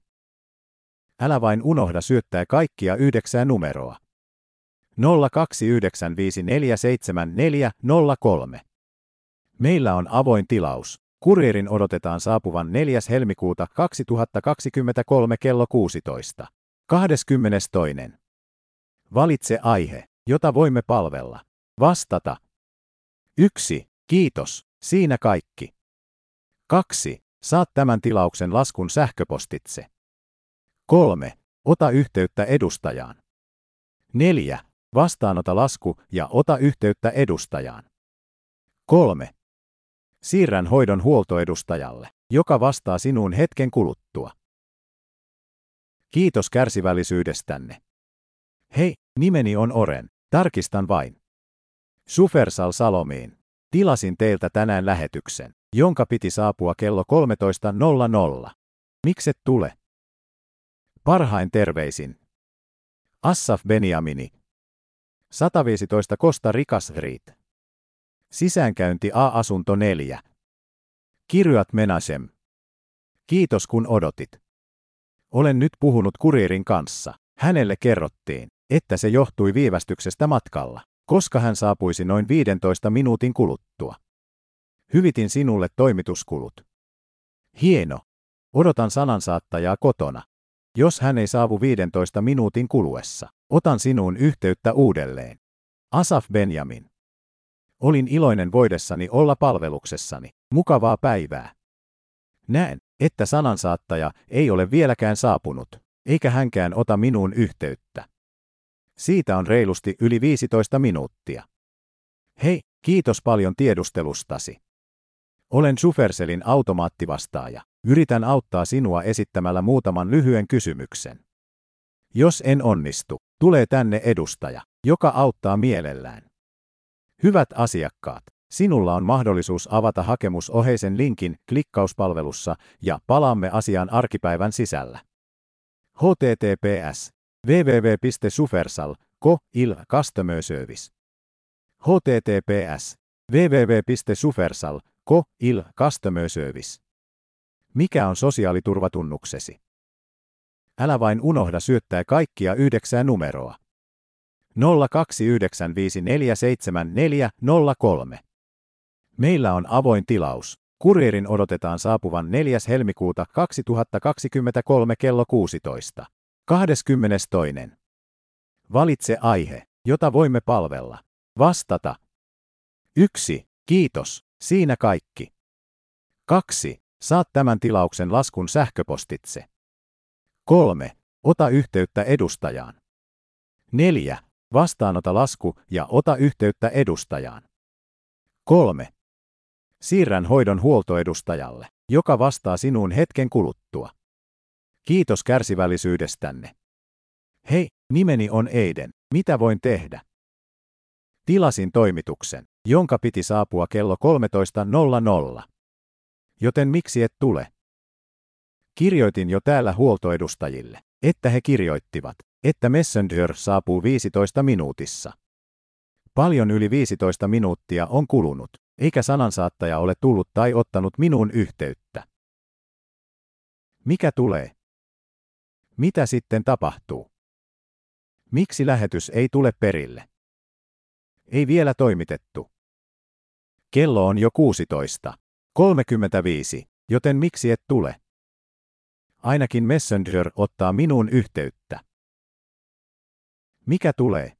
Älä vain unohda syöttää kaikkia yhdeksää numeroa. nolla kaksi yhdeksän viisi neljä seitsemän neljä nolla kolme. Meillä on avoin tilaus. Kurierin odotetaan saapuvan neljäs helmikuuta kaksituhattakaksikymmentäkolme kello kuusitoista. kaksikymmentätoinen. Valitse aihe, jota voimme palvella. Vastata. yksi. Kiitos. Siinä kaikki. kaksi. Saat tämän tilauksen laskun sähköpostitse. kolme. Ota yhteyttä edustajaan. neljä. Vastaanota lasku ja ota yhteyttä edustajaan. kolme. Siirrän hoidon huoltoedustajalle, joka vastaa sinuun hetken kuluttua. Kiitos kärsivällisyydestänne. Hei, nimeni on Oren. Tarkistan vain. Shufersal Salomiin. Tilasin teiltä tänään lähetyksen, jonka piti saapua kello kolmetoista nolla nolla. Mikset tule? Parhain terveisin. Asaf Benjamini. sata viisitoista Costa Rica Street. Sisäänkäynti A-asunto neljä. Kiryat Menachem. Kiitos kun odotit. Olen nyt puhunut kurierin kanssa. Hänelle kerrottiin, että se johtui viivästyksestä matkalla, koska hän saapuisi noin viidentoista minuutin kuluttua. Hyvitin sinulle toimituskulut. Hieno. Odotan sanansaattajaa kotona. Jos hän ei saavu viidentoista minuutin kuluessa, otan sinuun yhteyttä uudelleen. Asaf Benjamin. Olin iloinen voidessani olla palveluksessani. Mukavaa päivää. Näen, että sanansaattaja ei ole vieläkään saapunut, eikä hänkään ota minuun yhteyttä. Siitä on reilusti yli viisitoista minuuttia. Hei, kiitos paljon tiedustelustasi. Olen Shufersalin automaattivastaaja. Yritän auttaa sinua esittämällä muutaman lyhyen kysymyksen. Jos en onnistu, tulee tänne edustaja, joka auttaa mielellään. Hyvät asiakkaat, sinulla on mahdollisuus avata hakemus oheisen linkin klikkauspalvelussa ja palaamme asiaan arkipäivän sisällä. H T T P S www piste shufersal piste co il customer service. H T T P S www piste shufersal piste co il customer service. Mikä on sosiaaliturvatunnuksesi? Älä vain unohda syöttää kaikkia yhdeksää numeroa. nolla kaksi yhdeksän viisi neljä seitsemän neljä nolla kolme. Meillä on avoin tilaus. Kurierin odotetaan saapuvan neljäs helmikuuta kaksituhattakaksikymmentäkolme kello kuusitoista. kaksikymmentätoinen. Valitse aihe, jota voimme palvella. Vastata. yksi. Kiitos. Siinä kaikki. kaksi. Saat tämän tilauksen laskun sähköpostitse. kolme. Ota yhteyttä edustajaan. neljä. Vastaanota lasku ja ota yhteyttä edustajaan. kolme. Siirrän hoidon huoltoedustajalle, joka vastaa sinuun hetken kuluttua. Kiitos kärsivällisyydestänne. Hei, nimeni on Eiden. Mitä voin tehdä? Tilasin toimituksen, jonka piti saapua kello kolmetoista nolla nolla. Joten miksi et tule? Kirjoitin jo täällä huoltoedustajille, että he kirjoittivat, että Messenger saapuu viisitoista minuutissa. Paljon yli viisitoista minuuttia on kulunut, eikä sanansaattaja ole tullut tai ottanut minuun yhteyttä. Mikä tulee? Mitä sitten tapahtuu? Miksi lähetys ei tule perille? Ei vielä toimitettu. Kello on jo kuusitoista kolmekymmentäviisi, joten miksi et tule? Ainakin Messenger ottaa minuun yhteyttä. Mikä tulee?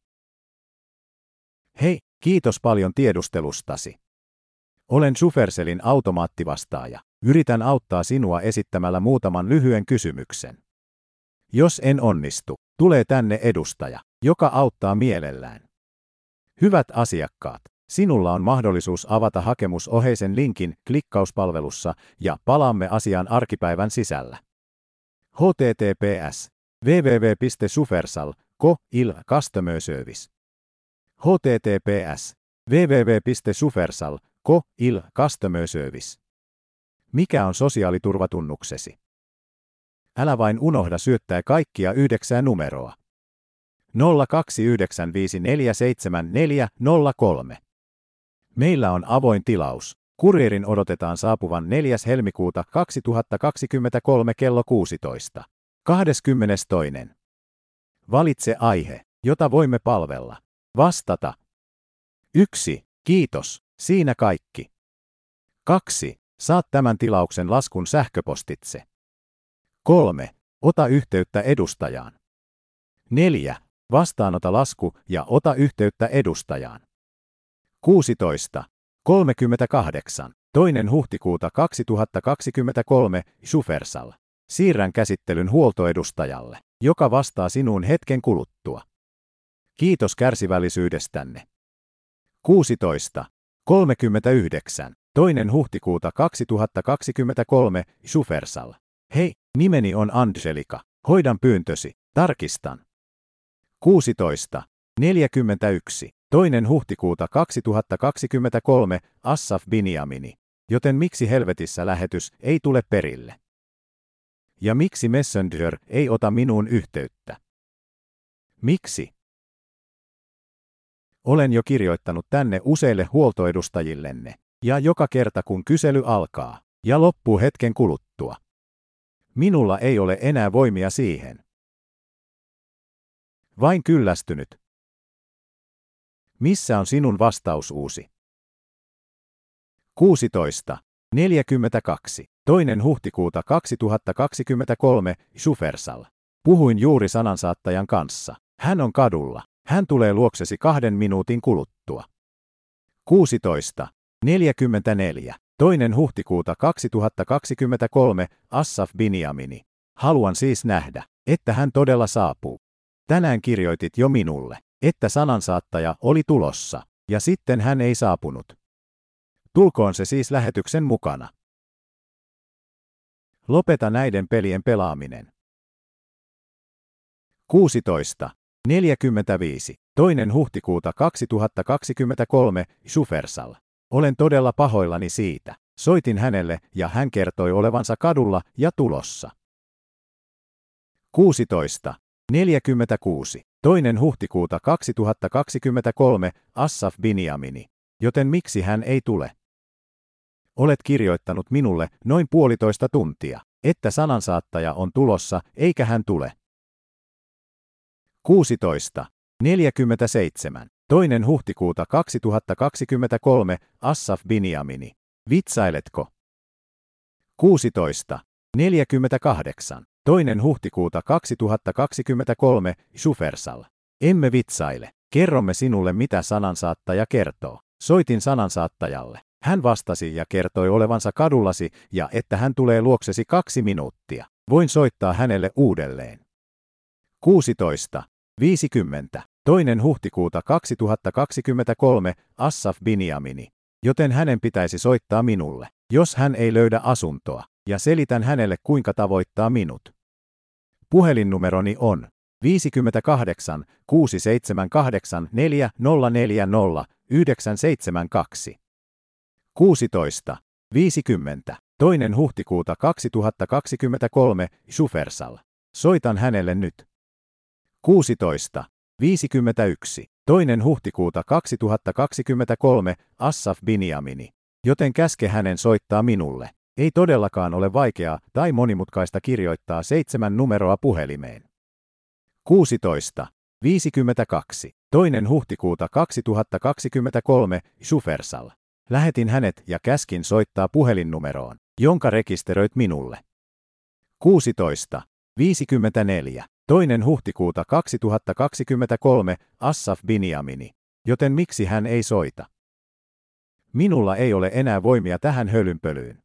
Hei, kiitos paljon tiedustelustasi. Olen Supercellin automaattivastaaja. Yritän auttaa sinua esittämällä muutaman lyhyen kysymyksen. Jos en onnistu, tulee tänne edustaja, joka auttaa mielellään. Hyvät asiakkaat, sinulla on mahdollisuus avata hakemus oheisen linkin klikkauspalvelussa ja palaamme asiaan arkipäivän sisällä. H T T P S www piste supercell piste co il customer service H T T P S www piste supercell piste co il customer service Mikä on sosiaaliturvatunnuksesi? Älä vain unohda syöttää kaikkia yhdeksää numeroa. nolla kaksi yhdeksän viisi neljä seitsemän neljä nolla kolme. Meillä on avoin tilaus. Kurierin odotetaan saapuvan neljäs helmikuuta kaksituhattakaksikymmentäkolme kello kuusitoista kaksikymmentäkaksi. Valitse aihe, jota voimme palvella. Vastata. yksi. Kiitos, siinä kaikki. kaksi. Saat tämän tilauksen laskun sähköpostitse. kolme. Ota yhteyttä edustajaan. neljä. Vastaanota lasku ja ota yhteyttä edustajaan. kuusitoista kolmekymmentäkahdeksan. Toinen huhtikuuta kaksituhattakaksikymmentäkolme Supercell. Siirrän käsittelyn huoltoedustajalle, joka vastaa sinuun hetken kuluttua. Kiitos kärsivällisyydestänne. kuusitoista kolmekymmentäyhdeksän. Toinen huhtikuuta kaksituhattakaksikymmentäkolme Supercell. Hei, nimeni on Angelika. Hoidan pyyntösi. Tarkistan. kuusitoista neljäkymmentäyksi. Toinen huhtikuuta kaksituhattakaksikymmentäkolme Assaf Biniamini. Joten miksi helvetissä lähetys ei tule perille? Ja miksi Messenger ei ota minuun yhteyttä? Miksi? Olen jo kirjoittanut tänne useille huoltoedustajillenne, ja joka kerta kun kysely alkaa, ja loppuu hetken kuluttua. Minulla ei ole enää voimia siihen. Vain kyllästynyt. Missä on sinun vastaus uusi? kuusitoista neljäkymmentäkaksi. Toinen huhtikuuta kaksituhattakaksikymmentäkolme Supercell. Puhuin juuri sanansaattajan kanssa. Hän on kadulla. Hän tulee luoksesi kahden minuutin kuluttua. kuusitoista neljäkymmentäneljä. Toinen huhtikuuta kaksituhattakaksikymmentäkolme Assaf Biniamini. Haluan siis nähdä, että hän todella saapuu. Tänään kirjoitit jo minulle, että sanansaattaja oli tulossa, ja sitten hän ei saapunut. Tulkoon se siis lähetyksen mukana. Lopeta näiden pelien pelaaminen. kuusitoista neljäkymmentäviisi. Toinen huhtikuuta kaksituhattakaksikymmentäkolme Supercell. Olen todella pahoillani siitä. Soitin hänelle ja hän kertoi olevansa kadulla ja tulossa. kuusitoista neljäkymmentäkuusi. Toinen huhtikuuta kaksituhattakaksikymmentäkolme Assaf Biniamini. Joten miksi hän ei tule? Olet kirjoittanut minulle noin puolitoista tuntia, että sanansaattaja on tulossa eikä hän tule. kuusitoista neljäkymmentäseitsemän. Toinen huhtikuuta kaksituhattakaksikymmentäkolme Assaf Biniamini. Vitsailetko? kuusitoista neljäkymmentäkahdeksan. Toinen huhtikuuta kaksituhattakaksikymmentäkolme Supercell. Emme vitsaile. Kerromme sinulle mitä sanansaattaja kertoo. Soitin sanansaattajalle. Hän vastasi ja kertoi olevansa kadullasi ja että hän tulee luoksesi kaksi minuuttia. Voin soittaa hänelle uudelleen. kuusitoista viisikymmentä. Toinen huhtikuuta kaksituhattakaksikymmentäkolme Assaf Biniamini. Joten hänen pitäisi soittaa minulle, jos hän ei löydä asuntoa, ja selitän hänelle kuinka tavoittaa minut. Puhelinnumeroni on viisikymmentäkahdeksan kuusi seitsemän kahdeksan neljä nolla neljä nolla yhdeksän seitsemän kaksi. kuusitoista viisikymmentä. Toinen huhtikuuta kaksituhattakaksikymmentäkolme, Shufersal. Soitan hänelle nyt. kuusitoista. viisikymmentäyksi. Toinen huhtikuuta kaksituhattakaksikymmentäkolme, Assaf Binjamini. Joten käske hänen soittaa minulle. Ei todellakaan ole vaikeaa tai monimutkaista kirjoittaa seitsemän numeroa puhelimeen. kuusitoista. viisikymmentäkaksi. Toinen huhtikuuta kaksituhattakaksikymmentäkolme, Shufersal. Lähetin hänet ja käskin soittaa puhelinnumeroon, jonka rekisteröit minulle. kuusitoista. viisikymmentäneljä. Toinen huhtikuuta kaksituhattakaksikymmentäkolme, Assaf Binjamini. Joten miksi hän ei soita? Minulla ei ole enää voimia tähän hölynpölyyn.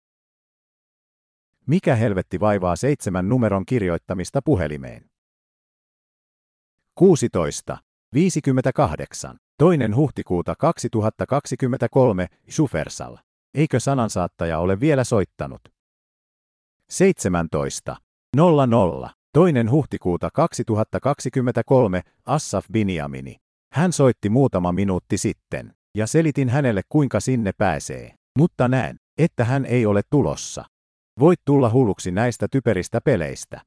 Mikä helvetti vaivaa seitsemän numeron kirjoittamista puhelimeen? kuusitoista. viisikymmentäkahdeksan. Toinen huhtikuuta kaksituhattakaksikymmentäkolme, Shufersal. Eikö sanansaattaja ole vielä soittanut? seitsemäntoista. nolla nolla. Toinen huhtikuuta kaksituhattakaksikymmentäkolme, Assaf Binjamini. Hän soitti muutama minuutti sitten, ja selitin hänelle kuinka sinne pääsee, mutta näen, että hän ei ole tulossa. Voit tulla hulluksi näistä typeristä peleistä.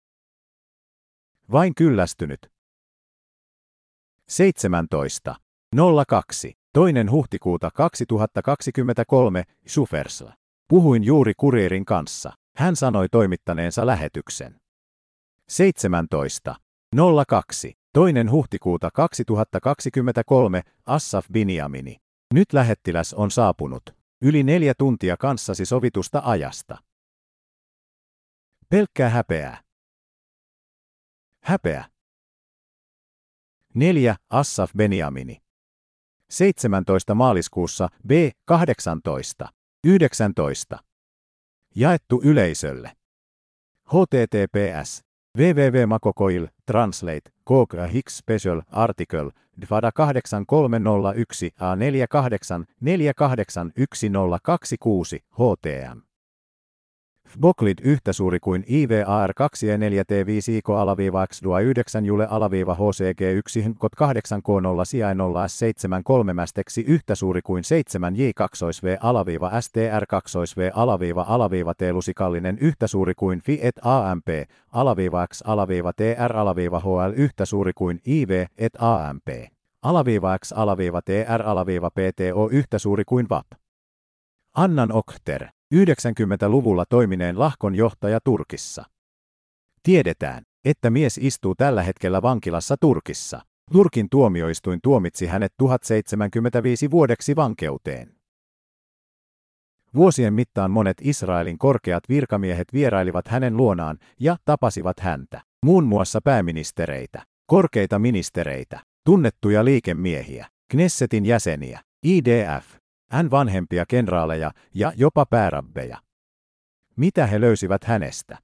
Vain kyllästynyt. seitsemäntoista. nolla kaksi. Toinen huhtikuuta kaksituhattakaksikymmentäkolme, Shufersal. Puhuin juuri kuriirin kanssa. Hän sanoi toimittaneensa lähetyksen. seitsemäntoista. nolla kaksi. Toinen huhtikuuta kaksituhattakaksikymmentäkolme, Assaf Binjamini. Nyt lähettiläs on saapunut. Yli neljä tuntia kanssasi sovitusta ajasta. Pelkkää häpeää. Häpeä. neljä. Assaf Binjamini. seitsemäntoista maaliskuussa B kahdeksantoista. yhdeksäntoista. Jaettu yleisölle. H T T P S. www makokoil translate kok hix special article dvada kahdeksan kolme nolla yksi a neljä kahdeksan neljä kahdeksan yksi nolla kaksi kuusi H T M. Boklid yhtä suuri kuin I V A R kaksi E neljä T viisi Iko alaviiva X Dua yhdeksän Jule alaviiva H C G yksi Kot kahdeksan K nolla Sijai nolla S seitsemän kolme Mästeksi yhtä suuri kuin seitsemän J kaksi V alaviiva S T R kaksi V alaviiva alaviiva T lusikallinen yhtä suuri kuin Fi et A M P alaviiva X alaviiva T R alaviiva H L yhtä suuri kuin I V et A M P alaviiva X alaviiva T R alaviiva P T O yhtä suuri kuin V A P. Annan Okter. yhdeksänkymmentäluvulla toimineen lahkon johtaja Turkissa. Tiedetään, että mies istuu tällä hetkellä vankilassa Turkissa. Turkin tuomioistuin tuomitsi hänet tuhatseitsemänkymmentäviisi vuodeksi vankeuteen. Vuosien mittaan monet Israelin korkeat virkamiehet vierailivat hänen luonaan ja tapasivat häntä, muun muassa pääministereitä, korkeita ministereitä, tunnettuja liikemiehiä, Knessetin jäseniä, I D F. Hän vanhempia kenraaleja ja jopa päärabbeja. Mitä he löysivät hänestä?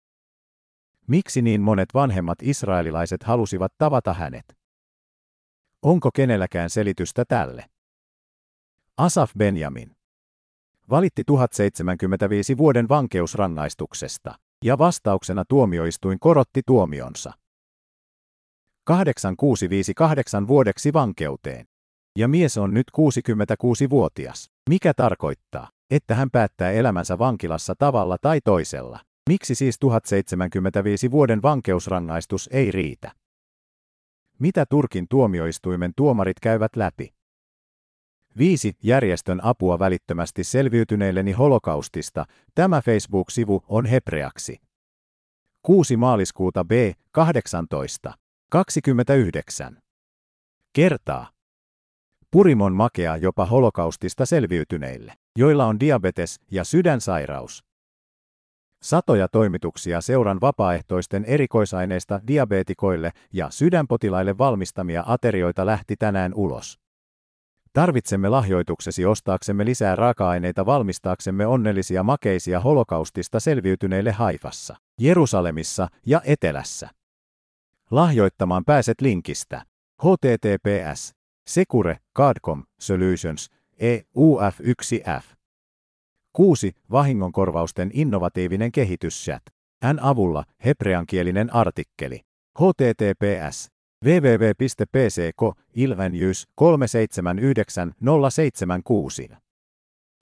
Miksi niin monet vanhemmat israelilaiset halusivat tavata hänet? Onko kenelläkään selitystä tälle? Assaf Binjamin valitti tuhatseitsemänkymmentäviisi vuoden vankeusrangaistuksesta, ja vastauksena tuomioistuin korotti tuomionsa kahdeksan tuhatta kuusisataaviisikymmentäkahdeksan vuodeksi vankeuteen. Ja mies on nyt kuusikymmentäkuusivuotias, mikä tarkoittaa, että hän päättää elämänsä vankilassa tavalla tai toisella. Miksi siis tuhatseitsemänkymmentäviisi vuoden vankeusrangaistus ei riitä? Mitä Turkin tuomioistuimen tuomarit käyvät läpi? viisi. Järjestön apua välittömästi selviytyneilleni holokaustista. Tämä Facebook-sivu on hebreaksi. kuusi maaliskuuta B kahdeksantoista. kaksikymmentäyhdeksän. Kertaa. Purimon makea jopa holokaustista selviytyneille, joilla on diabetes ja sydänsairaus. Satoja toimituksia seuran vapaaehtoisten erikoisaineista diabeetikoille ja sydänpotilaille valmistamia aterioita lähti tänään ulos. Tarvitsemme lahjoituksesi ostaaksemme lisää raaka-aineita valmistaaksemme onnellisia makeisia holokaustista selviytyneille Haifassa, Jerusalemissa ja Etelässä. Lahjoittamaan pääset linkistä. H T T P S. Secure, Cardcom, Solutions, E U F yksi F. kuusi. Vahingonkorvausten innovatiivinen kehityschat. N avulla hebreankielinen artikkeli. H T T P S. www piste p c k ilvenjys kolme seitsemän yhdeksän nolla seitsemän kuusi.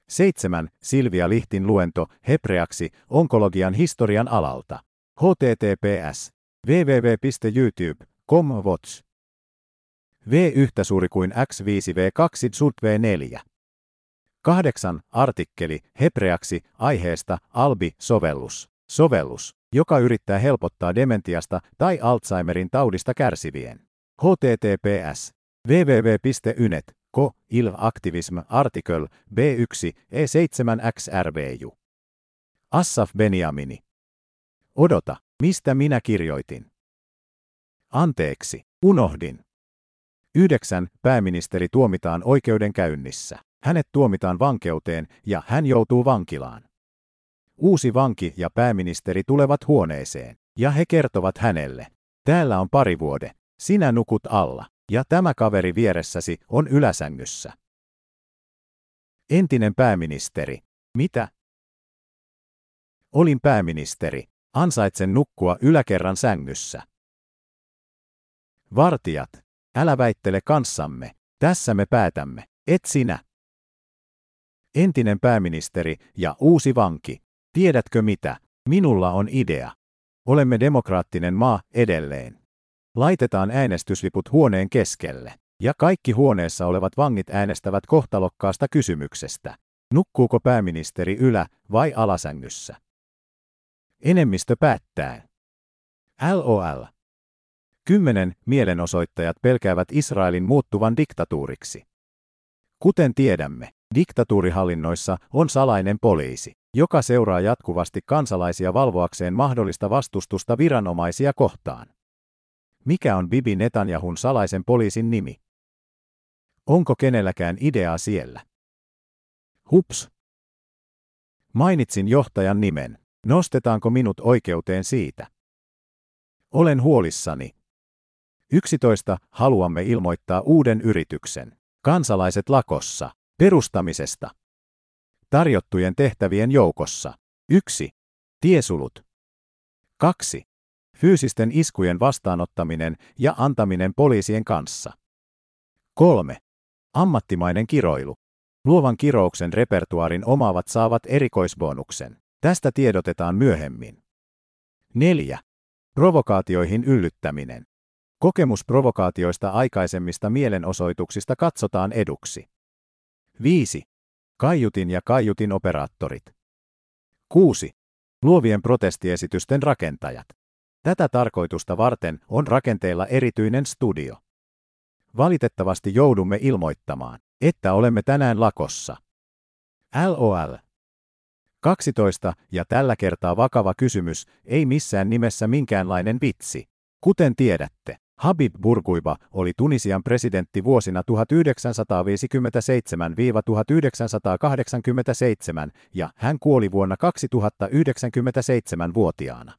seitsemän. Silvia Lihtin luento hebreaksi onkologian historian alalta. H T T P S. www piste youtube piste com watch. V yhtä suuri kuin x viisi v kaksi sud v neljä. kahdeksan. Artikkeli hebreaksi aiheesta Albi-sovellus. Sovellus, joka yrittää helpottaa dementiasta tai Alzheimerin taudista kärsivien. H T T P S. www piste ynet piste co il activism article b yksi e seitsemän x r v u. Assaf Benjamini. Odota, mistä minä kirjoitin? Anteeksi, unohdin. yhdeksän. Pääministeri tuomitaan oikeudenkäynnissä. Hänet tuomitaan vankeuteen ja hän joutuu vankilaan. Uusi vanki ja pääministeri tulevat huoneeseen, ja he kertovat hänelle. Täällä on parivuode, sinä nukut alla, ja tämä kaveri vieressäsi on yläsängyssä. Entinen pääministeri. Mitä? Olin pääministeri. Ansaitsen nukkua yläkerran sängyssä. Vartijat. Älä väittele kanssamme. Tässä me päätämme. Et sinä. Entinen pääministeri ja uusi vanki. Tiedätkö mitä? Minulla on idea. Olemme demokraattinen maa edelleen. Laitetaan äänestysliput huoneen keskelle, ja kaikki huoneessa olevat vangit äänestävät kohtalokkaasta kysymyksestä. Nukkuuko pääministeri ylä- vai alasängyssä? Enemmistö päättää. LOL. Kymmenen. Mielenosoittajat pelkäävät Israelin muuttuvan diktatuuriksi. Kuten tiedämme, diktatuurihallinnoissa on salainen poliisi, joka seuraa jatkuvasti kansalaisia valvoakseen mahdollista vastustusta viranomaisia kohtaan. Mikä on Bibi Netanyahun salaisen poliisin nimi? Onko kenelläkään ideaa siellä? Hups. Mainitsin johtajan nimen. Nostetaanko minut oikeuteen siitä? Olen huolissani. yksitoista. Haluamme ilmoittaa uuden yrityksen. Kansalaiset lakossa. Perustamisesta. Tarjottujen tehtävien joukossa. yksi. Tiesulut. kaksi. Fyysisten iskujen vastaanottaminen ja antaminen poliisien kanssa. kolme. Ammattimainen kiroilu. Luovan kirouksen repertuaarin omaavat saavat erikoisbonuksen. Tästä tiedotetaan myöhemmin. neljä. Provokaatioihin yllyttäminen. Kokemus provokaatioista aikaisemmista mielenosoituksista katsotaan eduksi. viisi. Kaiutin ja kaiutin operaattorit. kuusi. Luovien protestiesitysten rakentajat. Tätä tarkoitusta varten on rakenteilla erityinen studio. Valitettavasti joudumme ilmoittamaan, että olemme tänään lakossa. LOL. kaksitoista. Ja tällä kertaa vakava kysymys, ei missään nimessä minkäänlainen vitsi. Kuten tiedätte, Habib Bourguiba oli Tunisian presidentti vuosina tuhatyhdeksänsataaviisikymmentäseitsemän - tuhatyhdeksänsataakahdeksankymmentäseitsemän ja hän kuoli vuonna kaksituhattayhdeksänkymmentäseitsemän-vuotiaana.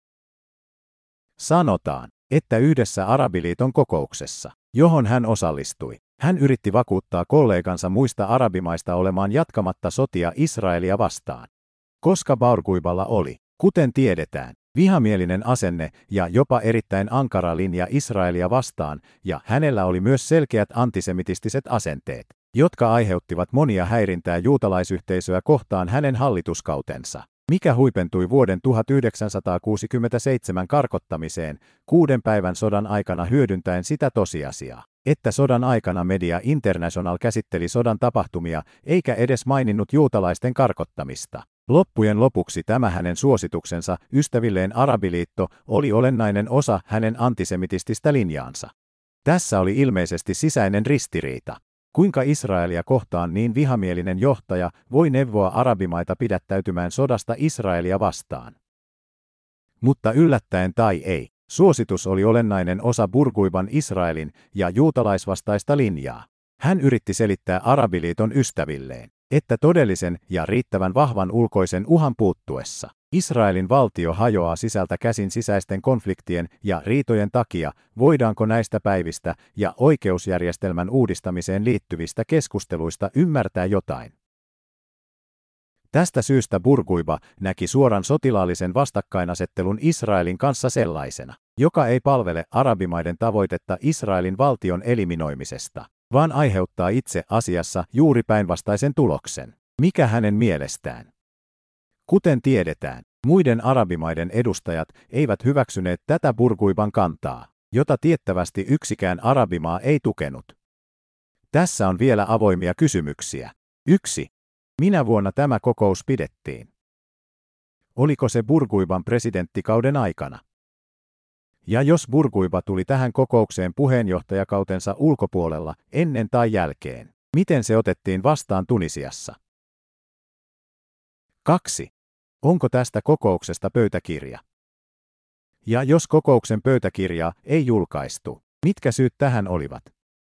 Sanotaan, että yhdessä Arabiliiton kokouksessa, johon hän osallistui, hän yritti vakuuttaa kollegansa muista arabimaista olemaan jatkamatta sotia Israelia vastaan. Koska Bourguiballa oli, kuten tiedetään, vihamielinen asenne ja jopa erittäin ankara linja Israelia vastaan, ja hänellä oli myös selkeät antisemitistiset asenteet, jotka aiheuttivat monia häirintää juutalaisyhteisöä kohtaan hänen hallituskautensa, mikä huipentui vuoden tuhatyhdeksänsataakuusikymmentäseitsemän karkottamiseen kuuden päivän sodan aikana hyödyntäen sitä tosiasiaa, että sodan aikana Media International käsitteli sodan tapahtumia eikä edes maininnut juutalaisten karkottamista. Loppujen lopuksi tämä hänen suosituksensa ystävilleen Arabiliitto oli olennainen osa hänen antisemitististä linjaansa. Tässä oli ilmeisesti sisäinen ristiriita. Kuinka Israelia kohtaan niin vihamielinen johtaja voi neuvoa arabimaita pidättäytymään sodasta Israelia vastaan? Mutta yllättäen tai ei, suositus oli olennainen osa Bourguiban Israelin ja juutalaisvastaista linjaa. Hän yritti selittää Arabiliiton ystävilleen, että todellisen ja riittävän vahvan ulkoisen uhan puuttuessa Israelin valtio hajoaa sisältä käsin sisäisten konfliktien ja riitojen takia, voidaanko näistä päivistä ja oikeusjärjestelmän uudistamiseen liittyvistä keskusteluista ymmärtää jotain. Tästä syystä Bourguiba näki suoran sotilaallisen vastakkainasettelun Israelin kanssa sellaisena, joka ei palvele arabimaiden tavoitetta Israelin valtion eliminoimisesta, vaan aiheuttaa itse asiassa juuri päinvastaisen tuloksen. Mikä hänen mielestään? Kuten tiedetään, muiden arabimaiden edustajat eivät hyväksyneet tätä Bourguiban kantaa, jota tiettävästi yksikään arabimaa ei tukenut. Tässä on vielä avoimia kysymyksiä. yksi. Minä vuonna tämä kokous pidettiin? Oliko se Bourguiban presidenttikauden aikana? Ja jos Bourguiba tuli tähän kokoukseen puheenjohtajakautensa ulkopuolella, ennen tai jälkeen, miten se otettiin vastaan Tunisiassa? kaksi. Onko tästä kokouksesta pöytäkirja? Ja jos kokouksen pöytäkirjaa ei julkaistu, mitkä syyt tähän olivat?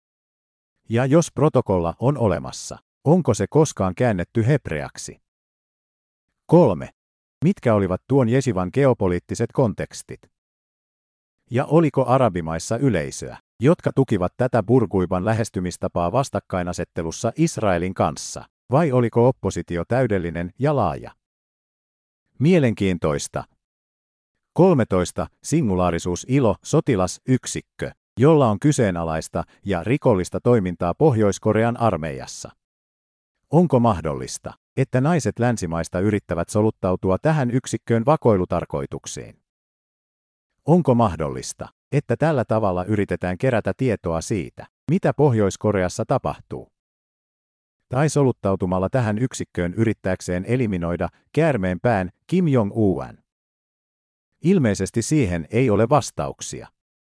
Ja jos protokolla on olemassa, onko se koskaan käännetty hebreaksi? kolme. Mitkä olivat tuon jesivan geopoliittiset kontekstit? Ja oliko arabimaissa yleisöä, jotka tukivat tätä Bourguiban lähestymistapaa vastakkainasettelussa Israelin kanssa, vai oliko oppositio täydellinen ja laaja? Mielenkiintoista. kolmetoista. Singulaarisuus ILO sotilasyksikkö, jolla on kyseenalaista ja rikollista toimintaa Pohjois-Korean armeijassa. Onko mahdollista, että naiset länsimaista yrittävät soluttautua tähän yksikköön vakoilutarkoituksiin? Onko mahdollista, että tällä tavalla yritetään kerätä tietoa siitä, mitä Pohjois-Koreassa tapahtuu? Tai soluttautumalla tähän yksikköön yrittääkseen eliminoida käärmeen pään Kim Jong-un? Ilmeisesti siihen ei ole vastauksia.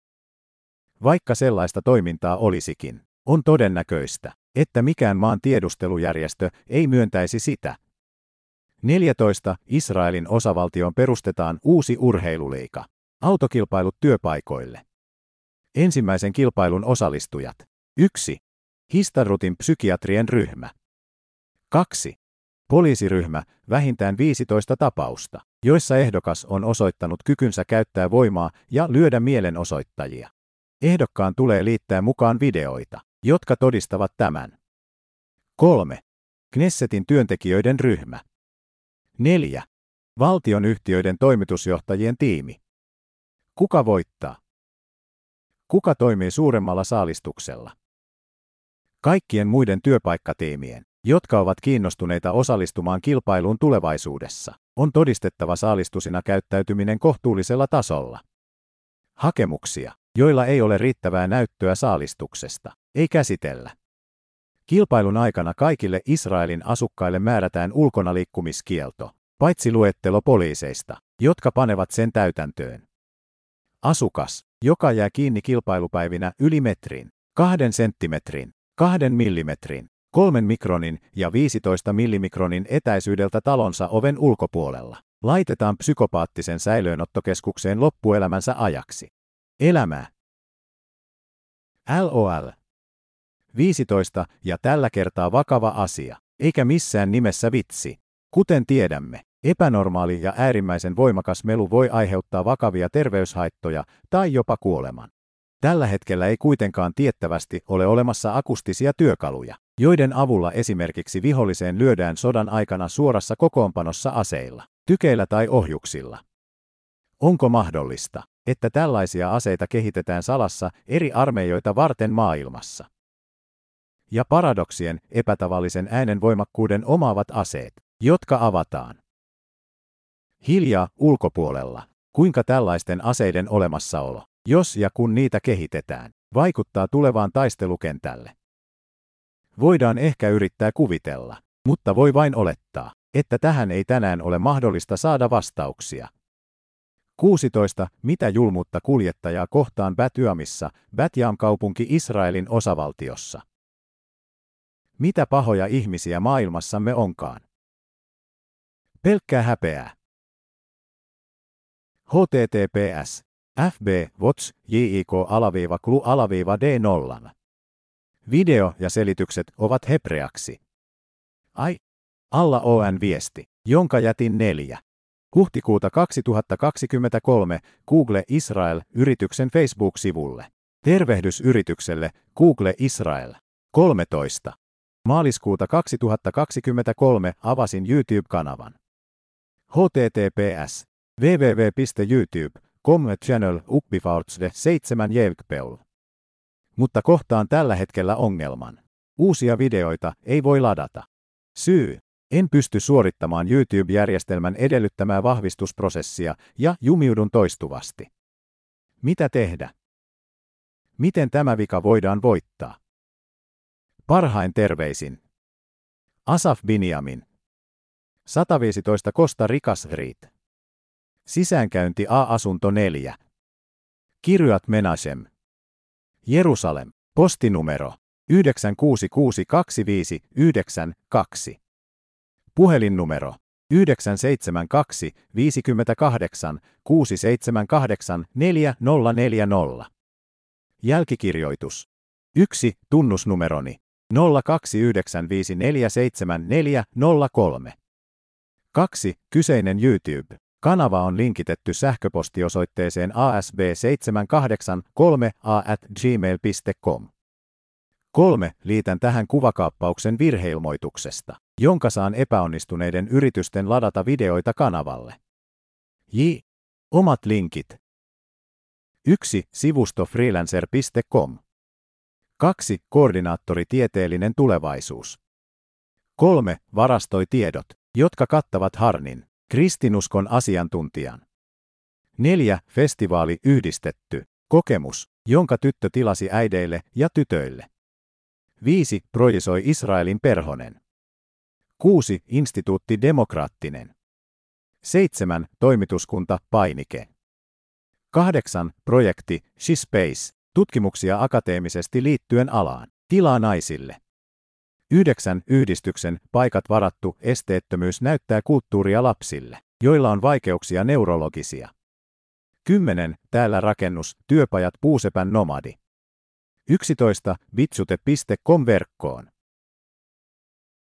Vaikka sellaista toimintaa olisikin, on todennäköistä, että mikään maan tiedustelujärjestö ei myöntäisi sitä. neljätoista. Israelin osavaltioon perustetaan uusi urheiluliiga. Autokilpailut työpaikoille. Ensimmäisen kilpailun osallistujat. yksi. Histarutin psykiatrien ryhmä. kaksi. Poliisiryhmä, vähintään viisitoista tapausta, joissa ehdokas on osoittanut kykynsä käyttää voimaa ja lyödä mielenosoittajia. Ehdokkaan tulee liittää mukaan videoita, jotka todistavat tämän. kolme. Knessetin työntekijöiden ryhmä. neljä. Valtionyhtiöiden toimitusjohtajien tiimi. Kuka voittaa? Kuka toimii suuremmalla saalistuksella? Kaikkien muiden työpaikkatiimien, jotka ovat kiinnostuneita osallistumaan kilpailuun tulevaisuudessa, on todistettava saalistusina käyttäytyminen kohtuullisella tasolla. Hakemuksia, joilla ei ole riittävää näyttöä saalistuksesta, ei käsitellä. Kilpailun aikana kaikille Israelin asukkaille määrätään ulkonaliikkumiskielto, paitsi luettelo poliiseista, jotka panevat sen täytäntöön. Asukas, joka jää kiinni kilpailupäivinä yli metrin, kahden senttimetrin, kahden millimetrin, kolmen mikronin ja viisitoista millimikronin etäisyydeltä talonsa oven ulkopuolella, laitetaan psykopaattisen säilöönottokeskukseen loppuelämänsä ajaksi. Elämää. LOL. viisitoista ja tällä kertaa vakava asia, eikä missään nimessä vitsi. Kuten tiedämme, epänormaali ja äärimmäisen voimakas melu voi aiheuttaa vakavia terveyshaittoja tai jopa kuoleman. Tällä hetkellä ei kuitenkaan tiettävästi ole olemassa akustisia työkaluja, joiden avulla esimerkiksi viholliseen lyödään sodan aikana suorassa kokoonpanossa aseilla, tykeillä tai ohjuksilla. Onko mahdollista, että tällaisia aseita kehitetään salassa eri armeijoita varten maailmassa? Ja paradoksien, epätavallisen äänen voimakkuuden omaavat aseet, jotka avataan hiljaa ulkopuolella. Kuinka tällaisten aseiden olemassaolo, jos ja kun niitä kehitetään, vaikuttaa tulevaan taistelukentälle? Voidaan ehkä yrittää kuvitella, mutta voi vain olettaa, että tähän ei tänään ole mahdollista saada vastauksia. kuusitoista. Mitä julmuutta kuljettajaa kohtaan Bat-Yamissa, Bat-Yam-kaupunki Israelin osavaltiossa? Mitä pahoja ihmisiä maailmassamme onkaan? Pelkkää häpeää. H T T P S. F B Watch J I K Clu D nolla. Video ja selitykset ovat hebreaksi. Ai. Alla on viesti, jonka jätin neljä. Huhtikuuta kaksituhattakaksikymmentäkolme Google Israel yrityksen Facebook-sivulle. Tervehdys yritykselle Google Israel. kolmetoista. Maaliskuuta kaksituhattakaksikymmentäkolme avasin YouTube-kanavan. H T T P S. www piste youtube piste com channel uppifartsde seitsemän jälkpeul. Mutta kohtaan tällä hetkellä ongelman. Uusia videoita ei voi ladata. Syy. En pysty suorittamaan YouTube-järjestelmän edellyttämää vahvistusprosessia ja jumiudun toistuvasti. Mitä tehdä? Miten tämä vika voidaan voittaa? Parhain terveisin. Asaf Binyamin. sata viisitoista Costa Rica Street. Sisäänkäynti A-asunto neljä. Kiryat Menachem. Jerusalem. Postinumero yhdeksän kuusi kuusi kaksi viisi yhdeksän kaksi. Puhelinnumero yhdeksän seitsemän kaksi viisi kahdeksan kuusi seitsemän kahdeksan neljä nolla neljä nolla. Jälkikirjoitus. yksi. Tunnusnumeroni nolla kaksi yhdeksän viisi neljä seitsemän neljä nolla kolme. kaksi. Kyseinen YouTube-kanava on linkitetty sähköpostiosoitteeseen a s b seitsemän kahdeksan kolme a at gmail piste com. kolme. Liitän tähän kuvakaappauksen virheilmoituksesta, jonka saan epäonnistuneiden yritysten ladata videoita kanavalle. J. Omat linkit. yksi. Sivusto freelancer piste com. kaksi. Koordinaattori tieteellinen tulevaisuus. kolme. Varastoi tiedot, jotka kattavat Harnin, kristinuskon asiantuntijan. neljä. Festivaali yhdistetty, kokemus, jonka tyttö tilasi äideille ja tytöille. viisi. Projisoi Israelin perhonen. kuusi. Instituutti demokraattinen. seitsemän. Toimituskunta painike. kahdeksan. Projekti She Space, tutkimuksia akateemisesti liittyen alaan, tilaa naisille. yhdeksän. Yhdistyksen paikat varattu esteettömyys näyttää kulttuuria lapsille, joilla on vaikeuksia neurologisia. kymmenen. Täällä rakennus, työpajat Puusepän nomadi. yksitoista. Bitsute piste com verkkoon.